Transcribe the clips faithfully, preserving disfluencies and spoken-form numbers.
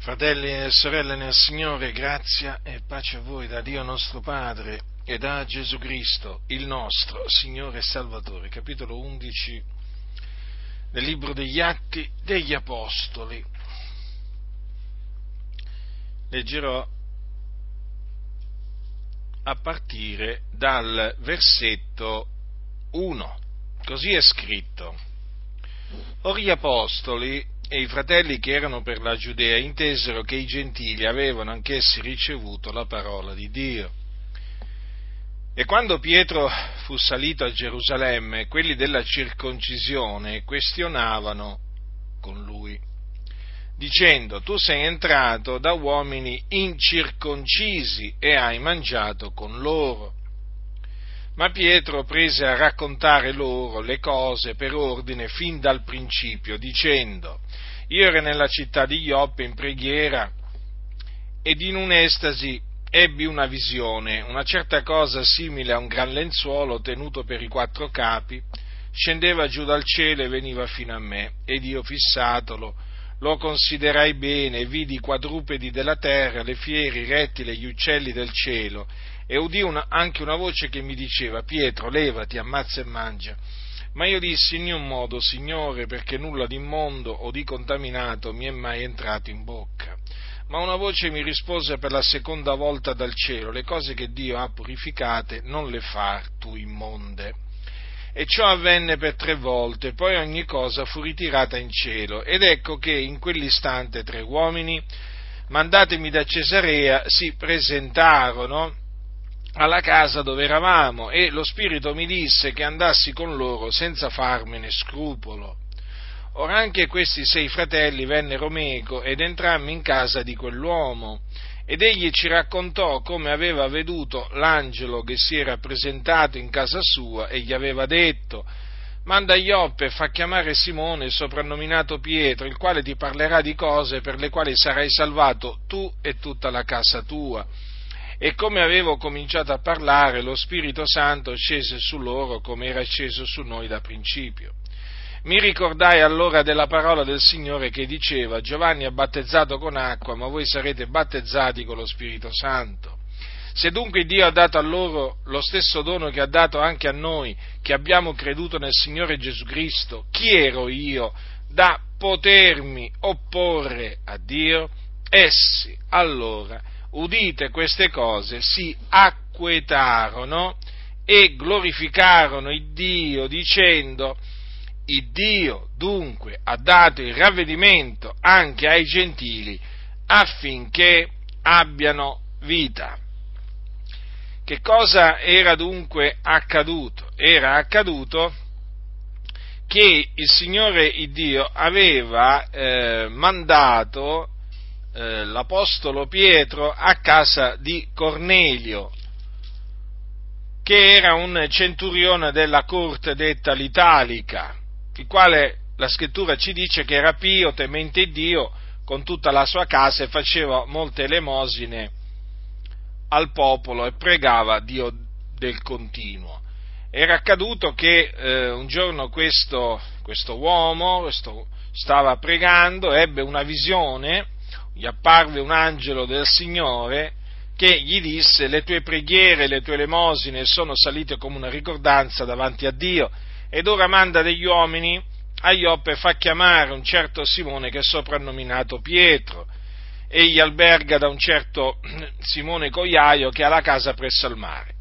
Fratelli e sorelle nel Signore, grazia e pace a voi da Dio nostro Padre e da Gesù Cristo, il nostro Signore e Salvatore. Capitolo undici del libro degli Atti degli Apostoli. Leggerò a partire dal versetto uno. Così è scritto: Or gli Apostoli e i fratelli che erano per la Giudea intesero che i gentili avevano anch'essi ricevuto la parola di Dio. E quando Pietro fu salito a Gerusalemme, quelli della circoncisione questionavano con lui, dicendo: tu sei entrato da uomini incirconcisi e hai mangiato con loro. Ma Pietro prese a raccontare loro le cose per ordine fin dal principio, dicendo: io ero nella città di Ioppe in preghiera ed in un'estasi ebbi una visione, una certa cosa simile a un gran lenzuolo tenuto per i quattro capi, scendeva giù dal cielo e veniva fino a me, ed io fissatolo lo considerai bene e vidi i quadrupedi della terra, le fiere, i rettili e gli uccelli del cielo, e udì una, anche una voce che mi diceva: Pietro, levati, ammazza e mangia. Ma io dissi: in un modo, Signore, perché nulla di immondo o di contaminato mi è mai entrato in bocca. Ma una voce mi rispose per la seconda volta dal cielo: le cose che Dio ha purificate non le far tu immonde. E ciò avvenne per tre volte, poi ogni cosa fu ritirata in cielo, ed ecco che in quell'istante tre uomini, mandatemi da Cesarea, si presentarono alla casa dove eravamo, e lo Spirito mi disse che andassi con loro senza farmene scrupolo. Ora anche questi sei fratelli vennero meco ed entrammi in casa di quell'uomo, ed egli ci raccontò come aveva veduto l'angelo che si era presentato in casa sua e gli aveva detto: manda a Ioppe e fa chiamare Simone, soprannominato Pietro, il quale ti parlerà di cose per le quali sarai salvato tu e tutta la casa tua. E come avevo cominciato a parlare, lo Spirito Santo scese su loro come era sceso su noi da principio. Mi ricordai allora della parola del Signore che diceva: Giovanni ha battezzato con acqua, ma voi sarete battezzati con lo Spirito Santo. Se dunque Dio ha dato a loro lo stesso dono che ha dato anche a noi, che abbiamo creduto nel Signore Gesù Cristo, chi ero io da potermi opporre a Dio? Essi allora, udite queste cose, si acquetarono e glorificarono il Dio dicendo: il Dio dunque ha dato il ravvedimento anche ai gentili affinché abbiano vita. Che cosa era dunque accaduto? Era accaduto che il Signore il Dio aveva eh, mandato eh, l'Apostolo Pietro a casa di Cornelio, che era un centurione della corte detta l'Italica, il quale la scrittura ci dice che era pio, temente Dio con tutta la sua casa e faceva molte elemosine al popolo e pregava Dio del continuo. Era accaduto che eh, un giorno questo, questo uomo questo, stava pregando, ebbe una visione, gli apparve un angelo del Signore che gli disse: le tue preghiere, le tue elemosine sono salite come una ricordanza davanti a Dio, ed ora manda degli uomini a Ioppe e fa chiamare un certo Simone che è soprannominato Pietro. Egli alberga da un certo Simone Cogliaio che ha la casa presso al mare.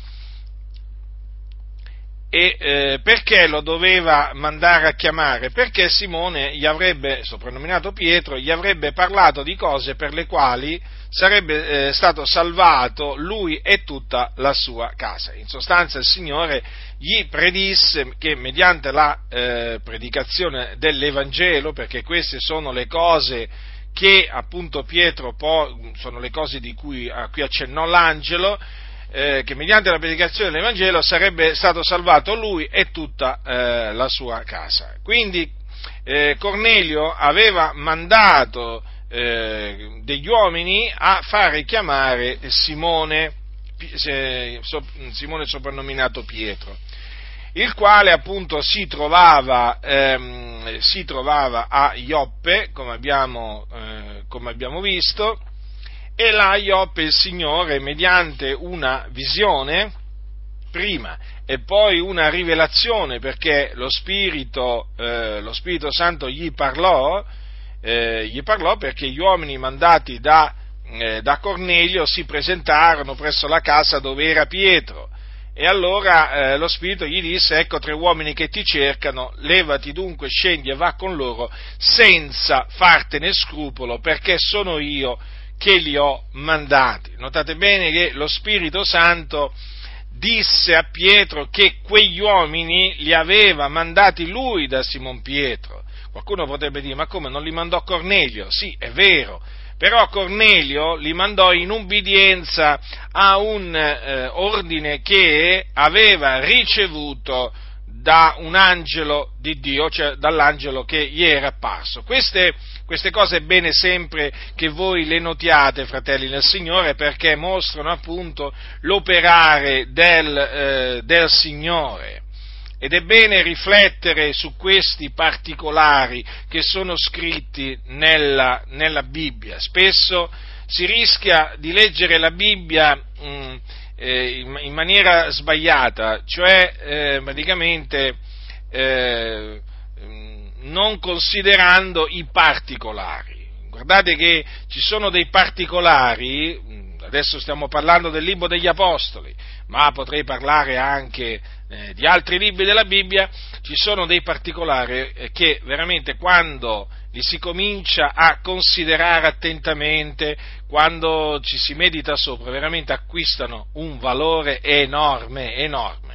E eh, perché lo doveva mandare a chiamare? Perché Simone gli avrebbe, soprannominato Pietro, gli avrebbe parlato di cose per le quali sarebbe eh, stato salvato lui e tutta la sua casa. In sostanza il Signore gli predisse che mediante la eh, predicazione dell'Evangelo, perché queste sono le cose che appunto Pietro poi, sono le cose di cui, a cui accennò l'angelo, Eh, che mediante la predicazione dell'Evangelo sarebbe stato salvato lui e tutta eh, la sua casa. Quindi eh, Cornelio aveva mandato eh, degli uomini a fare chiamare Simone, eh, Simone soprannominato Pietro, il quale appunto si trovava, ehm, si trovava a Ioppe, come abbiamo, eh, come abbiamo visto, e là Ioppe il Signore, mediante una visione, prima, e poi una rivelazione, perché lo Spirito, eh, lo Spirito Santo gli parlò, eh, gli parlò perché gli uomini mandati da, eh, da Cornelio si presentarono presso la casa dove era Pietro, e allora eh, lo Spirito gli disse: ecco tre uomini che ti cercano, levati dunque, scendi e va con loro, senza fartene scrupolo, perché sono io che li ho mandati. Notate bene che lo Spirito Santo disse a Pietro che quegli uomini li aveva mandati lui da Simon Pietro. Qualcuno potrebbe dire: ma come, non li mandò Cornelio? Sì, è vero, però Cornelio li mandò in ubbidienza a un eh, ordine che aveva ricevuto da un angelo di Dio, cioè dall'angelo che gli era apparso. Queste, queste cose è bene sempre che voi le notiate, fratelli nel Signore, perché mostrano appunto l'operare del, eh, del Signore. Ed è bene riflettere su questi particolari che sono scritti nella, nella Bibbia. Spesso si rischia di leggere la Bibbia mh, eh, in, in maniera sbagliata, cioè eh, praticamente eh, non considerando i particolari. Guardate che ci sono dei particolari, adesso stiamo parlando del libro degli Apostoli, ma potrei parlare anche eh, di altri libri della Bibbia. Ci sono dei particolari eh, che veramente quando li si comincia a considerare attentamente, quando ci si medita sopra, veramente acquistano un valore enorme, enorme.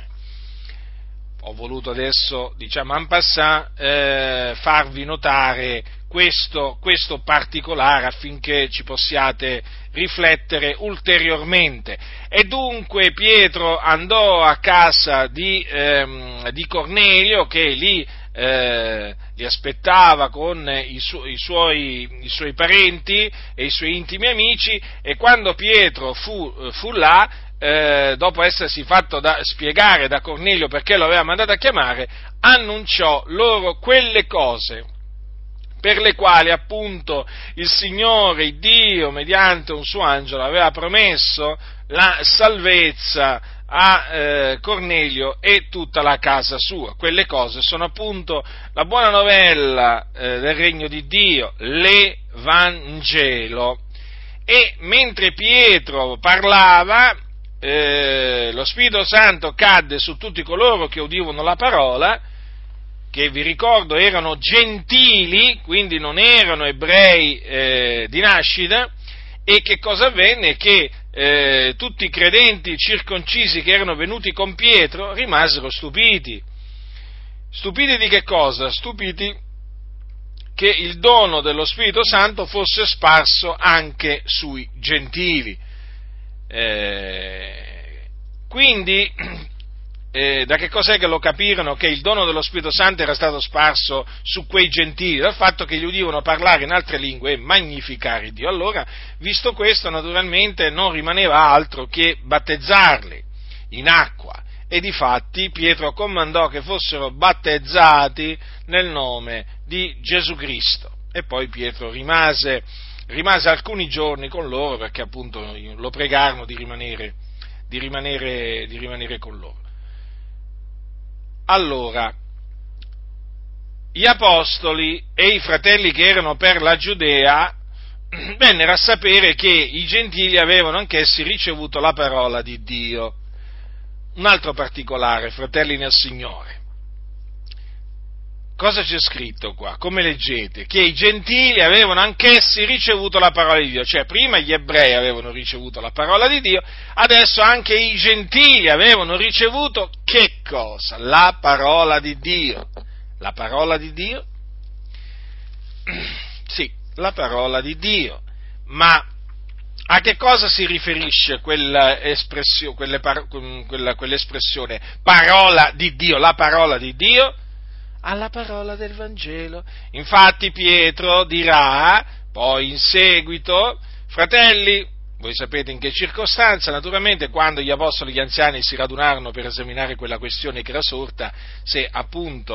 Ho voluto adesso, diciamo en passant, eh, farvi notare questo, questo particolare affinché ci possiate riflettere ulteriormente. E dunque Pietro andò a casa di, ehm, di Cornelio, che lì eh, li aspettava con i, su- i, suoi, i suoi parenti e i suoi intimi amici, e quando Pietro fu, fu là, Eh, dopo essersi fatto da, spiegare da Cornelio perché lo aveva mandato a chiamare, annunciò loro quelle cose per le quali appunto il Signore, il Dio, mediante un suo angelo, aveva promesso la salvezza a eh, Cornelio e tutta la casa sua. Quelle cose sono appunto la buona novella eh, del regno di Dio, l'Evangelo. E mentre Pietro parlava, Eh, lo Spirito Santo cadde su tutti coloro che udivano la parola, che vi ricordo erano gentili, quindi non erano ebrei eh, di nascita. E che cosa avvenne? Che eh, tutti i credenti circoncisi che erano venuti con Pietro rimasero stupiti. Stupiti di che cosa? Stupiti che il dono dello Spirito Santo fosse sparso anche sui gentili. Eh, quindi, eh, da che cos'è che lo capirono che il dono dello Spirito Santo era stato sparso su quei gentili? Dal fatto che gli udivano parlare in altre lingue e magnificare Dio. Allora, visto questo, naturalmente non rimaneva altro che battezzarli in acqua, e difatti Pietro comandò che fossero battezzati nel nome di Gesù Cristo, e poi Pietro rimase rimase alcuni giorni con loro, perché appunto lo pregarono di rimanere, di rimanere, di rimanere con loro. Allora, gli apostoli e i fratelli che erano per la Giudea vennero a sapere che i gentili avevano anch'essi ricevuto la parola di Dio. Un altro particolare, fratelli nel Signore. Cosa c'è scritto qua? Come leggete? Che i gentili avevano anch'essi ricevuto la parola di Dio, cioè prima gli ebrei avevano ricevuto la parola di Dio, adesso anche i gentili avevano ricevuto che cosa? La parola di Dio. La parola di Dio? Sì, la parola di Dio. Ma a che cosa si riferisce quella espressio, quelle par- quella, quell'espressione parola di Dio, la parola di Dio? Alla parola del Vangelo. Infatti Pietro dirà poi in seguito: fratelli, voi sapete in che circostanza, naturalmente, quando gli apostoli e gli anziani si radunarono per esaminare quella questione che era sorta, se appunto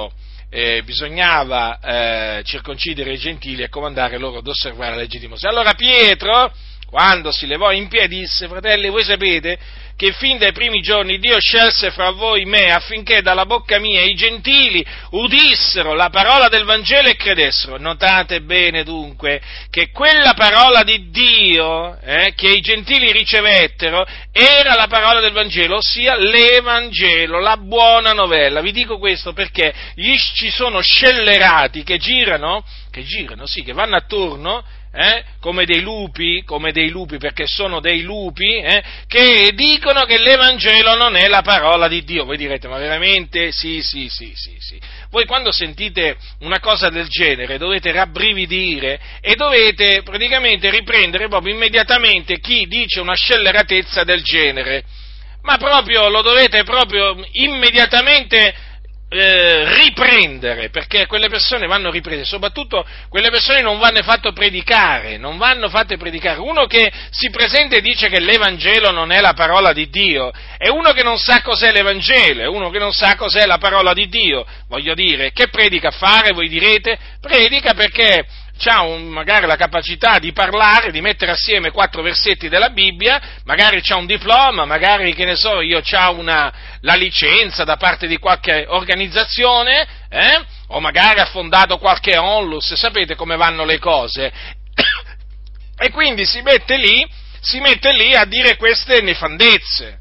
eh, bisognava eh, circoncidere i gentili e comandare loro ad osservare la legge di Mosè. Allora Pietro, quando si levò in piedi, disse: fratelli, voi sapete che fin dai primi giorni Dio scelse fra voi me affinché dalla bocca mia i gentili udissero la parola del Vangelo e credessero. Notate bene dunque che quella parola di Dio eh, che i gentili ricevettero era la parola del Vangelo, ossia l'Evangelo, la buona novella. Vi dico questo perché gli, ci sono scellerati che girano, che girano, sì, che vanno attorno, Eh, come dei lupi, come dei lupi, perché sono dei lupi, eh, che dicono che l'Evangelo non è la parola di Dio. Voi direte, ma veramente? Sì, sì, sì, sì, sì. Voi quando sentite una cosa del genere dovete rabbrividire e dovete praticamente riprendere proprio immediatamente chi dice una scelleratezza del genere. Ma proprio lo dovete proprio immediatamente Eh, riprendere, perché quelle persone vanno riprese, soprattutto quelle persone non vanno fatto predicare, non vanno fatte predicare. Uno che si presenta e dice che l'Evangelo non è la parola di Dio, è uno che non sa cos'è l'Evangelo, è uno che non sa cos'è la parola di Dio. Voglio dire, che predica a fare? Voi direte, predica perché c'ha un, magari la capacità di parlare, di mettere assieme quattro versetti della Bibbia, magari c'ha un diploma, magari, che ne so io, c'ha una, la licenza da parte di qualche organizzazione, eh? O magari ha fondato qualche onlus, sapete come vanno le cose, e quindi si mette lì, si mette lì a dire queste nefandezze.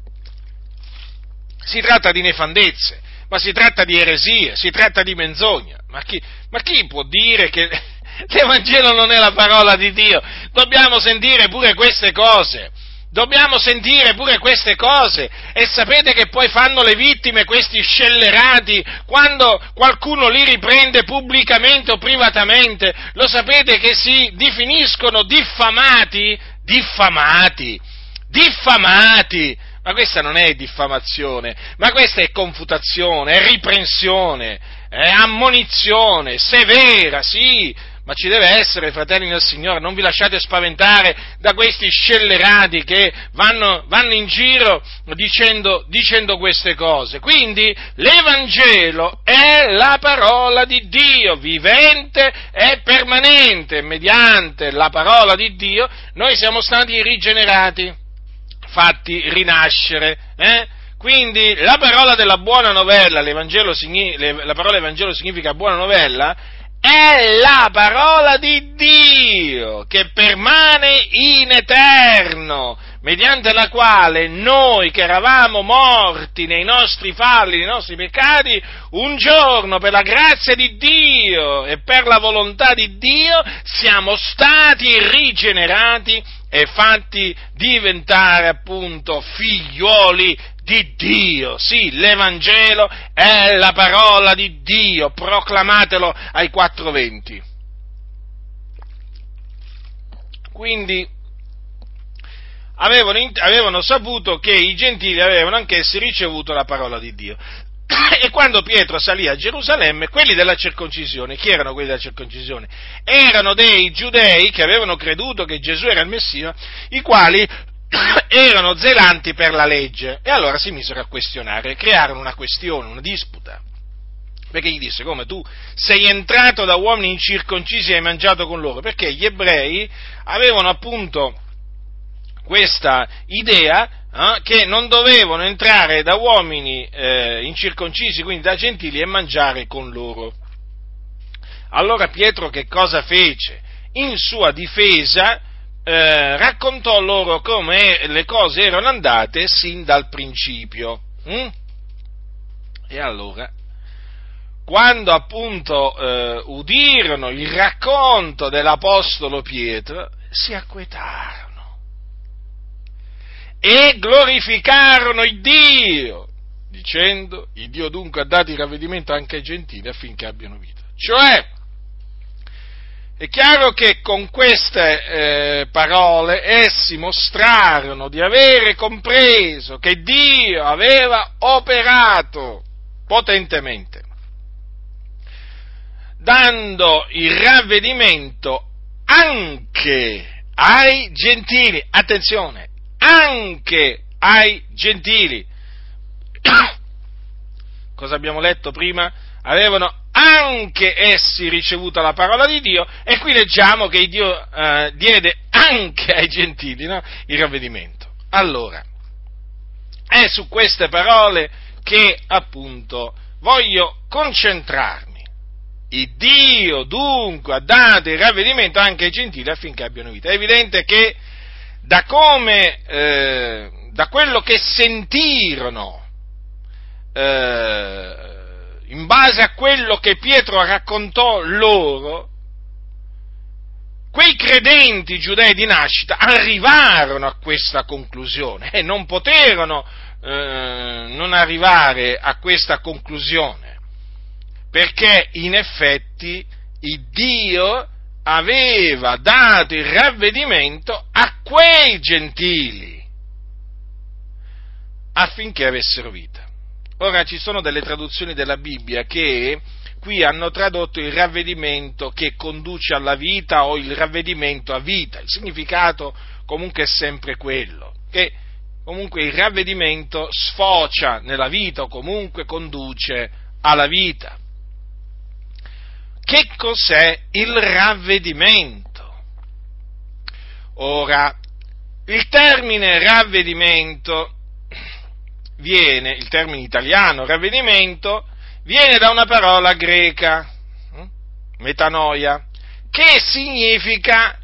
Si tratta di nefandezze, ma si tratta di eresie, si tratta di menzogna. Ma chi, ma chi può dire che l'Evangelo non è la parola di Dio? Dobbiamo sentire pure queste cose, dobbiamo sentire pure queste cose, e sapete che poi fanno le vittime questi scellerati quando qualcuno li riprende pubblicamente o privatamente? Lo sapete che si definiscono diffamati? Diffamati, diffamati! Ma questa non è diffamazione, ma questa è confutazione, è riprensione, è ammonizione severa, sì, ma ci deve essere, fratelli del Signore. Non vi lasciate spaventare da questi scellerati che vanno, vanno in giro dicendo, dicendo queste cose. Quindi l'Evangelo è la parola di Dio, vivente e permanente. Mediante la parola di Dio noi siamo stati rigenerati, fatti rinascere, eh? Quindi la parola della buona novella, l'Evangelo, la parola Evangelo significa buona novella, è la parola di Dio che permane in eterno, mediante la quale noi che eravamo morti nei nostri falli, nei nostri peccati, un giorno per la grazia di Dio e per la volontà di Dio siamo stati rigenerati e fatti diventare appunto figliuoli di Dio. Sì, l'Evangelo è la parola di Dio, proclamatelo ai quattro venti. Quindi avevano, avevano saputo che i gentili avevano anch'essi ricevuto la parola di Dio. E quando Pietro salì a Gerusalemme, quelli della circoncisione, chi erano quelli della circoncisione? Erano dei giudei che avevano creduto che Gesù era il Messia, i quali erano zelanti per la legge, e allora si misero a questionare, crearono una questione, una disputa, perché gli disse: come, tu sei entrato da uomini incirconcisi e hai mangiato con loro? Perché gli ebrei avevano appunto questa idea eh, che non dovevano entrare da uomini eh, incirconcisi, quindi da gentili, e mangiare con loro. Allora Pietro che cosa fece? In sua difesa eh, raccontò loro come le cose erano andate sin dal principio. Hm? E allora, quando appunto eh, udirono il racconto dell'apostolo Pietro, si acquetarono e glorificarono il Dio, dicendo: il Dio dunque ha dato il ravvedimento anche ai gentili affinché abbiano vita. Cioè, è chiaro che con queste eh, parole essi mostrarono di avere compreso che Dio aveva operato potentemente, dando il ravvedimento anche ai gentili. Attenzione, anche ai gentili. Cosa abbiamo letto prima? avevano anche essi ricevuto la parola di Dio, e qui leggiamo che Dio eh, diede anche ai gentili, no? Il ravvedimento. Allora, è su queste parole che appunto voglio concentrarmi. Il Dio dunque ha dato il ravvedimento anche ai gentili affinché abbiano vita. È evidente che da come, eh, da quello che sentirono, eh, in base a quello che Pietro raccontò loro, quei credenti giudei di nascita arrivarono a questa conclusione e non poterono eh, non arrivare a questa conclusione, perché in effetti il Dio aveva dato il ravvedimento a quei gentili affinché avessero vita. Ora ci sono delle traduzioni della Bibbia che qui hanno tradotto il ravvedimento che conduce alla vita o il ravvedimento a vita. Il significato comunque è sempre quello, che comunque il ravvedimento sfocia nella vita o comunque conduce alla vita. Che cos'è il ravvedimento? Ora, il termine ravvedimento viene, il termine italiano ravvedimento, viene da una parola greca, metanoia, che significa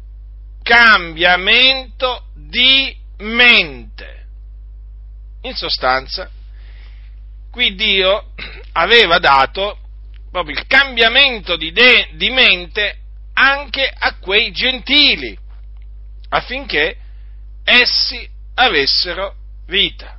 cambiamento di mente. In sostanza, qui Dio aveva dato proprio il cambiamento di, de, di mente anche a quei gentili, affinché essi avessero vita.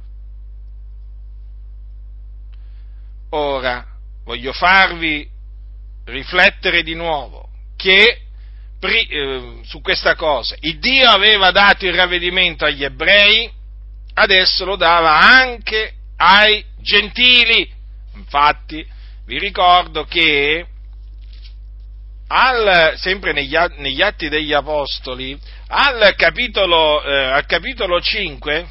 Ora, voglio farvi riflettere di nuovo che pri, eh, su questa cosa. Il Dio aveva dato il ravvedimento agli ebrei, adesso lo dava anche ai gentili. Infatti, vi ricordo che al, sempre negli, negli Atti degli Apostoli, al capitolo, eh, al capitolo cinque,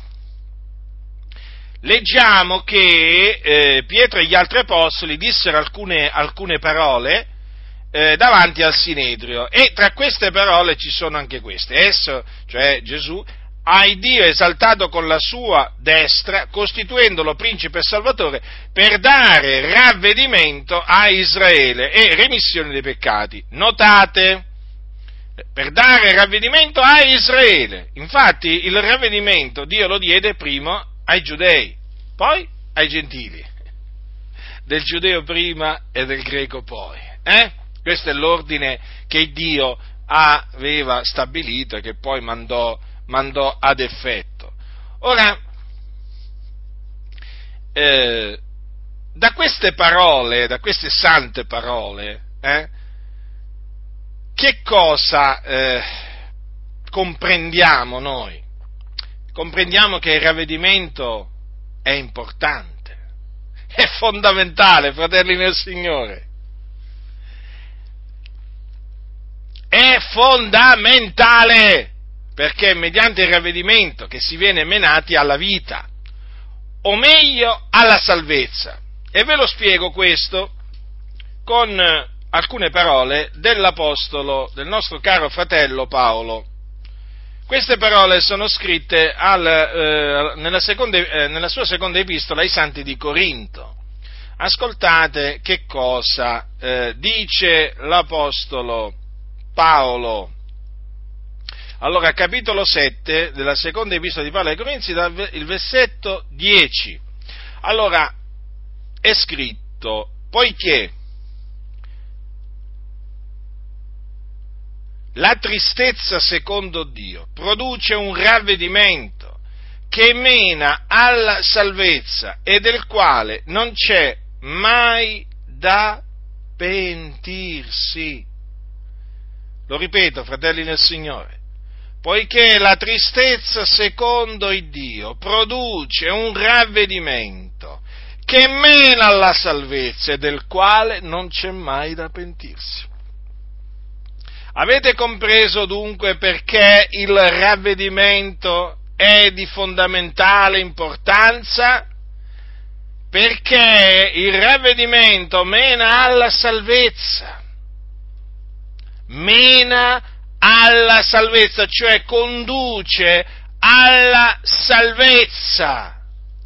leggiamo che eh, Pietro e gli altri apostoli dissero alcune, alcune parole eh, davanti al Sinedrio, e tra queste parole ci sono anche queste. Esso, cioè Gesù, ha il Dio esaltato con la sua destra, costituendolo principe e salvatore, per dare ravvedimento a Israele e remissione dei peccati. Notate, per dare ravvedimento a Israele. Infatti il ravvedimento Dio lo diede prima ai giudei, poi ai gentili, del giudeo prima e del greco poi. Eh? Questo è l'ordine che Dio aveva stabilito e che poi mandò, mandò ad effetto. Ora, eh, da queste parole, da queste sante parole, eh, che cosa eh, comprendiamo noi? Comprendiamo che il ravvedimento è importante, è fondamentale, fratelli nel Signore. È fondamentale, perché è mediante il ravvedimento che si viene menati alla vita, o meglio alla salvezza. E ve lo spiego questo con alcune parole dell'apostolo, del nostro caro fratello Paolo. Queste parole sono scritte al, eh, nella, seconda, eh, nella sua seconda epistola ai Santi di Corinto. Ascoltate che cosa eh, dice l'apostolo Paolo. Allora, capitolo sette della seconda epistola di Paolo ai Corinzi, dal il versetto dieci. Allora, è scritto: poiché la tristezza secondo Dio produce un ravvedimento che mena alla salvezza e del quale non c'è mai da pentirsi. Lo ripeto, fratelli nel Signore, poiché la tristezza secondo il Dio produce un ravvedimento che mena alla salvezza e del quale non c'è mai da pentirsi. Avete compreso dunque perché il ravvedimento è di fondamentale importanza? Perché il ravvedimento mena alla salvezza, mena alla salvezza, cioè conduce alla salvezza.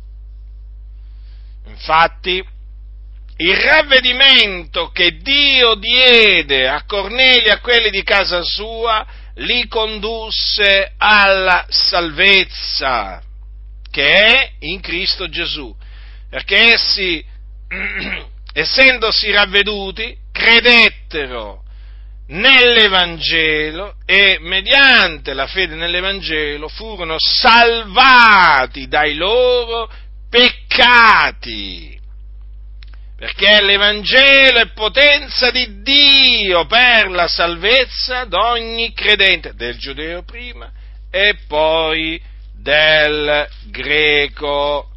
Infatti, il ravvedimento che Dio diede a Cornelio e a quelli di casa sua li condusse alla salvezza, che è in Cristo Gesù, perché essi, essendosi ravveduti, credettero nell'Evangelo e mediante la fede nell'Evangelo furono salvati dai loro peccati. Perché l'Evangelo è potenza di Dio per la salvezza d'ogni credente, del giudeo prima e poi del greco.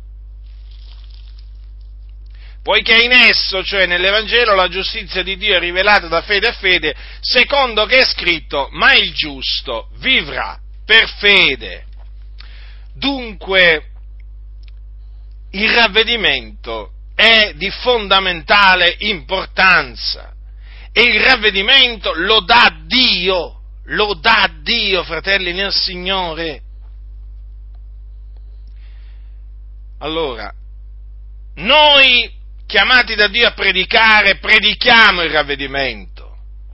Poiché in esso, cioè nell'Evangelo, la giustizia di Dio è rivelata da fede a fede, secondo che è scritto: ma il giusto vivrà per fede. Dunque, il ravvedimento è di fondamentale importanza e il ravvedimento lo dà Dio, lo dà Dio, fratelli nel Signore. Allora, noi chiamati da Dio a predicare, predichiamo il ravvedimento.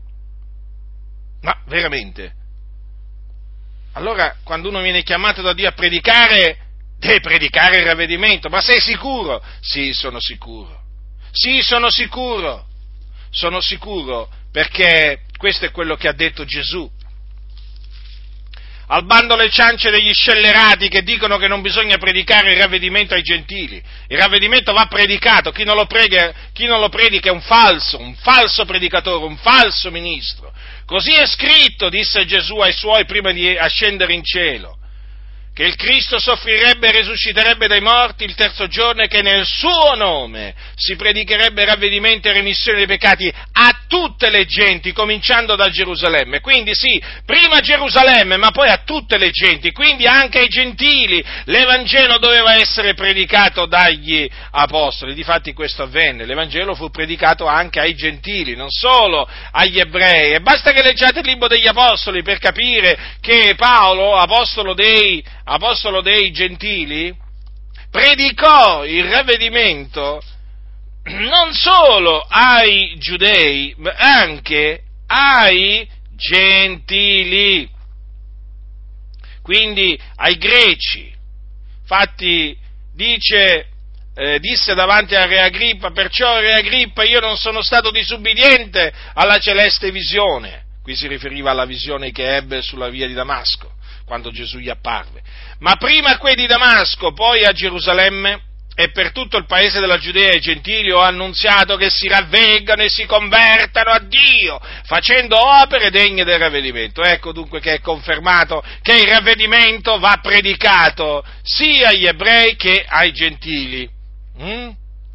Ma veramente? Allora, quando uno viene chiamato da Dio a predicare, deve predicare il ravvedimento. Ma sei sicuro? Sì, sono sicuro. Sì, sono sicuro. Sono sicuro perché questo è quello che ha detto Gesù. Al bando le ciance degli scellerati che dicono che non bisogna predicare il ravvedimento ai gentili. Il ravvedimento va predicato, chi non lo predica, chi non lo predica è un falso, un falso predicatore, un falso ministro. Così è scritto, disse Gesù ai suoi prima di ascendere in cielo, che il Cristo soffrirebbe e risusciterebbe dai morti il terzo giorno e che nel suo nome si predicherebbe ravvedimento e remissione dei peccati a tutte le genti, cominciando da Gerusalemme. Quindi sì, prima a Gerusalemme, ma poi a tutte le genti, quindi anche ai gentili. L'Evangelo doveva essere predicato dagli apostoli, difatti questo avvenne, l'Evangelo fu predicato anche ai gentili, non solo agli ebrei, e basta che leggiate il libro degli apostoli per capire che Paolo, apostolo dei apostolo dei gentili, predicò il ravvedimento non solo ai giudei, ma anche ai gentili, quindi ai greci. Infatti dice, eh, disse davanti a Re Agrippa: perciò, Re Agrippa, io non sono stato disubbidiente alla celeste visione. Qui si riferiva alla visione che ebbe sulla via di Damasco, quando Gesù gli apparve. Ma prima a quei di Damasco, poi a Gerusalemme e per tutto il paese della Giudea e ai gentili ho annunziato che si ravveggano e si convertano a Dio, facendo opere degne del ravvedimento. Ecco dunque che è confermato che il ravvedimento va predicato sia agli ebrei che ai gentili. Mm?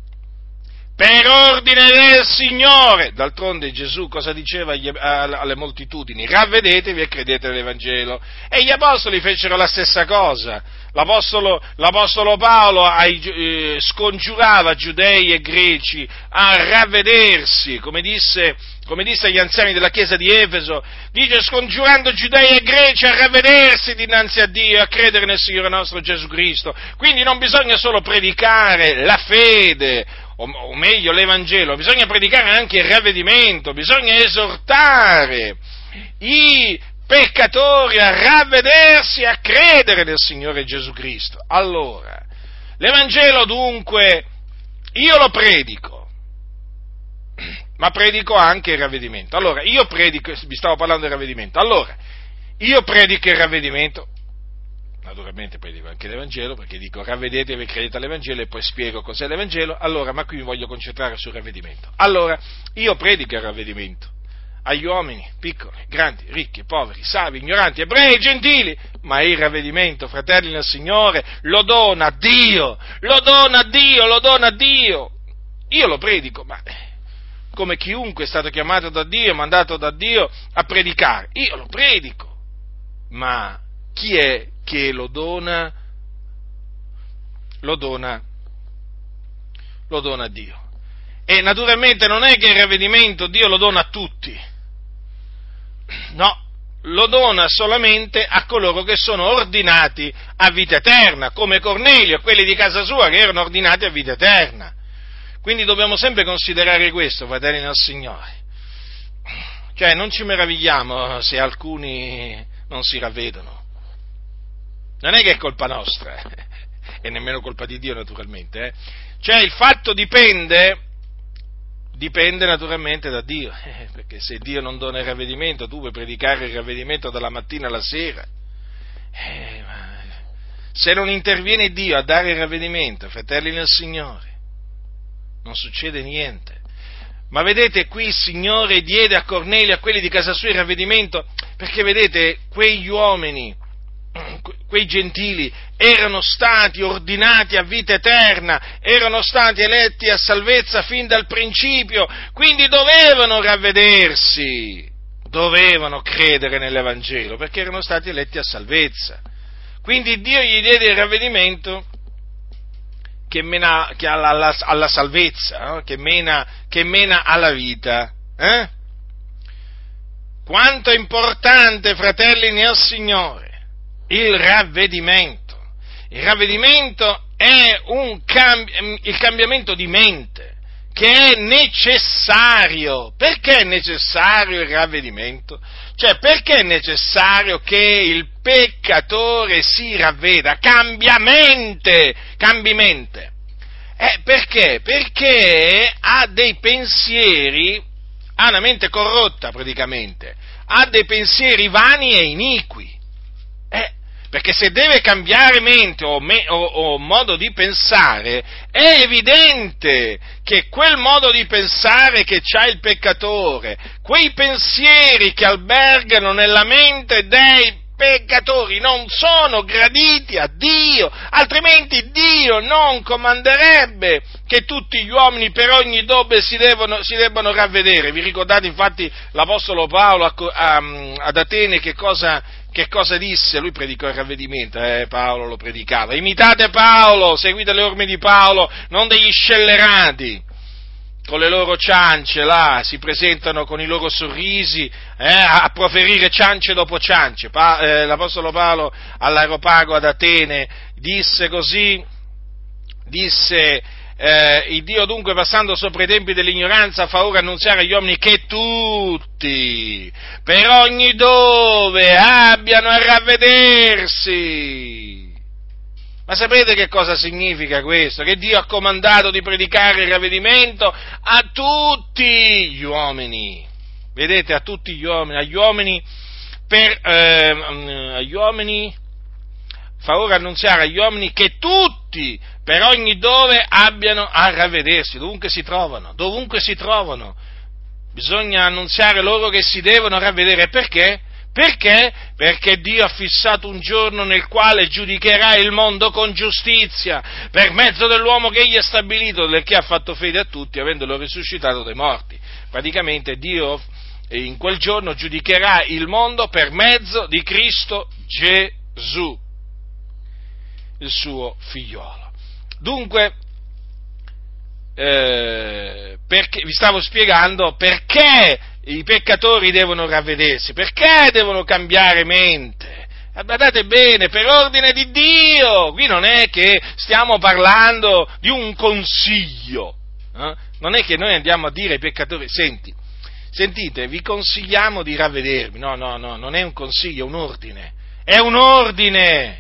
Per ordine del Signore. D'altronde Gesù cosa diceva agli, alle moltitudini? Ravvedetevi e credete nell'Evangelo. E gli apostoli fecero la stessa cosa. L'apostolo, l'apostolo Paolo ai, eh, scongiurava giudei e greci a ravvedersi, come disse, come disse agli anziani della chiesa di Efeso, dice: scongiurando giudei e greci a ravvedersi dinanzi a Dio e a credere nel Signore nostro Gesù Cristo. Quindi non bisogna solo predicare la fede, o meglio l'Evangelo, bisogna predicare anche il ravvedimento, bisogna esortare i peccatori a ravvedersi e a credere nel Signore Gesù Cristo. Allora, l'Evangelo dunque io lo predico, ma predico anche il ravvedimento. Allora, io predico, vi stavo parlando del ravvedimento, allora, io predico il ravvedimento, naturalmente poi dico anche l'Evangelo, perché dico ravvedetevi e credete all'Evangelo e poi spiego cos'è l'Evangelo. Allora, ma qui mi voglio concentrare sul ravvedimento. Allora, io predico il ravvedimento agli uomini, piccoli, grandi, ricchi, poveri, savi, ignoranti, ebrei, gentili, ma il ravvedimento, fratelli nel Signore, lo dona Dio, lo dona Dio, lo dona Dio. Io lo predico, ma come chiunque è stato chiamato da Dio, mandato da Dio a predicare, io lo predico, ma chi è che lo dona? Lo dona lo dona a Dio. E naturalmente non è che il ravvedimento Dio lo dona a tutti, no, lo dona solamente a coloro che sono ordinati a vita eterna, come Cornelio e quelli di casa sua che erano ordinati a vita eterna. Quindi dobbiamo sempre considerare questo, fratelli nel Signore. Cioè, non ci meravigliamo se alcuni non si ravvedono. Non è che è colpa nostra, eh? E nemmeno colpa di Dio, naturalmente. Eh? Cioè, il fatto dipende, dipende naturalmente da Dio, eh? Perché se Dio non dona il ravvedimento, tu puoi predicare il ravvedimento dalla mattina alla sera. Eh, ma se non interviene Dio a dare il ravvedimento, fratelli nel Signore, non succede niente. Ma vedete, qui il Signore diede a Cornelio, a quelli di casa sua, il ravvedimento, perché vedete, quegli uomini, quei gentili, erano stati ordinati a vita eterna, erano stati eletti a salvezza fin dal principio, quindi dovevano ravvedersi, dovevano credere nell'Evangelo, perché erano stati eletti a salvezza. Quindi Dio gli diede il ravvedimento che mena che alla, alla, alla salvezza, no? che, mena, che mena alla vita. Eh? Quanto è importante, fratelli nel Signore, il ravvedimento. Il ravvedimento è un cambi- il cambiamento di mente, che è necessario. Perché è necessario il ravvedimento? Cioè, perché è necessario che il peccatore si ravveda, cambia mente, cambi mente. Eh, perché? Perché ha dei pensieri, ha una mente corrotta praticamente, ha dei pensieri vani e iniqui. Eh, perché se deve cambiare mente o, me, o, o modo di pensare, è evidente che quel modo di pensare che c'ha il peccatore, quei pensieri che albergano nella mente dei peccatori non sono graditi a Dio, altrimenti Dio non comanderebbe che tutti gli uomini per ogni dove si, devono, si debbano ravvedere. Vi ricordate infatti l'Apostolo Paolo a, a, ad Atene che cosa, che cosa disse? Lui predicò il ravvedimento, eh, Paolo lo predicava. Imitate Paolo, seguite le orme di Paolo, non degli scellerati. Con le loro ciance là, si presentano con i loro sorrisi eh, a proferire ciance dopo ciance. Pa, eh, l'Apostolo Paolo all'Areopago ad Atene disse così, disse eh, il Dio dunque passando sopra i tempi dell'ignoranza fa ora annunziare agli uomini che tutti, per ogni dove, abbiano a ravvedersi. Ma sapete che cosa significa questo? Che Dio ha comandato di predicare il ravvedimento a tutti gli uomini. Vedete, a tutti gli uomini, agli uomini, per, eh, agli uomini, fa ora annunziare agli uomini che tutti, per ogni dove, abbiano a ravvedersi, dovunque si trovano, dovunque si trovano. Bisogna annunziare loro che si devono ravvedere. Perché? Perché? Perché Dio ha fissato un giorno nel quale giudicherà il mondo con giustizia, per mezzo dell'uomo che egli ha stabilito, del che ha fatto fede a tutti, avendolo risuscitato dai morti. Praticamente Dio in quel giorno giudicherà il mondo per mezzo di Cristo Gesù, il suo figliolo. Dunque, eh, perché, vi stavo spiegando perché i peccatori devono ravvedersi, perché devono cambiare mente. Eh, badate bene, per ordine di Dio. Qui non è che stiamo parlando di un consiglio, eh? Non è che noi andiamo a dire ai peccatori, senti, sentite, vi consigliamo di ravvedervi. No, no, no, non è un consiglio, è un ordine, è un ordine.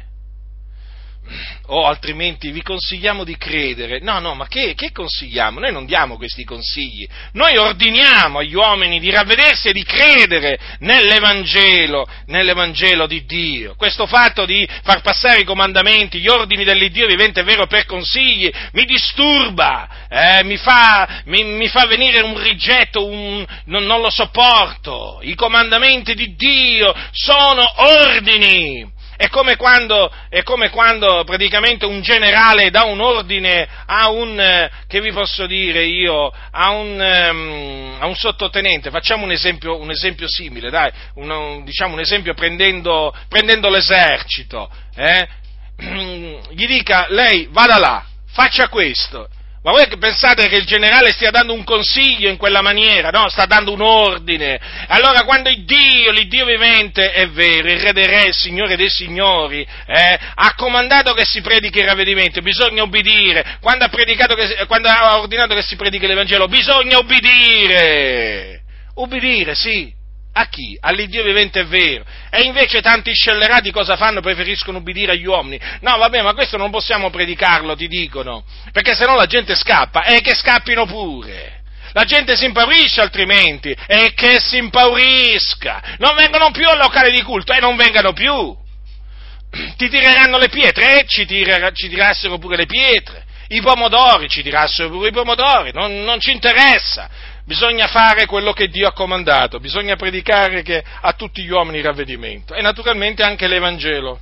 O altrimenti vi consigliamo di credere. No, no, ma che, che consigliamo? Noi non diamo questi consigli, noi ordiniamo agli uomini di ravvedersi e di credere nell'Evangelo, nell'Evangelo di Dio. Questo fatto di far passare i comandamenti, gli ordini dell'Iddio vivente e vero per consigli, mi disturba, eh, mi, fa, mi, mi fa venire un rigetto, un, non, non lo sopporto. I comandamenti di Dio sono ordini. È come quando, è come quando praticamente un generale dà un ordine a un, che vi posso dire io, a un, um, a un sottotenente. Facciamo un esempio, un esempio simile, dai, un, diciamo un esempio prendendo, prendendo l'esercito. Eh? Gli dica, lei vada là, faccia questo. Ma voi pensate che il generale stia dando un consiglio in quella maniera? No, sta dando un ordine. Allora quando il Dio, l'Iddio vivente, è vero, il Re dei Re, il Signore dei Signori, eh, ha comandato che si predichi il ravvedimento, bisogna obbedire. Quando ha, predicato che, quando ha ordinato che si predichi l'Evangelo, bisogna obbedire. Obbedire, sì. A chi? All'Iddio vivente è vero. E invece tanti scellerati cosa fanno? Preferiscono ubbidire agli uomini. No, vabbè, ma questo non possiamo predicarlo, ti dicono, perché sennò la gente scappa, e che scappino pure. La gente si impaurisce altrimenti, e che si impaurisca. Non vengono più al locale di culto, e non vengano più. Ti tireranno le pietre, e ci, tirera, ci tirassero pure le pietre. I pomodori, ci tirassero pure i pomodori, non, non ci interessa. Bisogna fare quello che Dio ha comandato, bisogna predicare che a tutti gli uomini il ravvedimento e naturalmente anche l'Evangelo.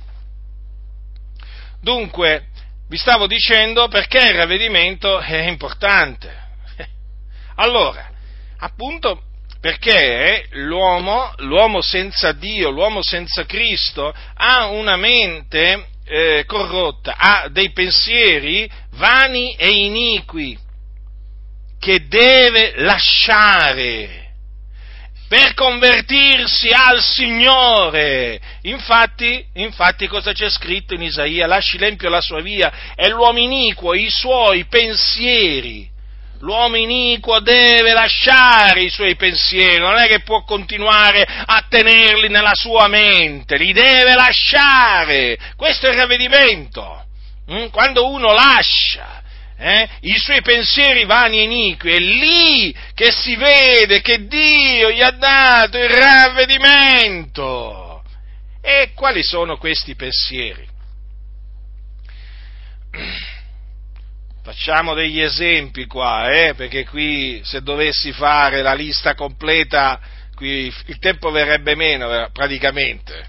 Dunque, vi stavo dicendo perché il ravvedimento è importante. Allora, appunto perché l'uomo, l'uomo senza Dio, l'uomo senza Cristo, ha una mente eh, corrotta, ha dei pensieri vani e iniqui, che deve lasciare per convertirsi al Signore. Infatti, infatti cosa c'è scritto in Isaia? Lasci l'empio la sua via e l'uomo iniquo i suoi pensieri. L'uomo iniquo deve lasciare i suoi pensieri, non è che può continuare a tenerli nella sua mente, li deve lasciare. Questo è il ravvedimento. Quando uno lascia Eh? i suoi pensieri vani e iniqui, è lì che si vede che Dio gli ha dato il ravvedimento. E quali sono questi pensieri? Facciamo degli esempi qua, eh? Perché qui se dovessi fare la lista completa, qui il tempo verrebbe meno praticamente.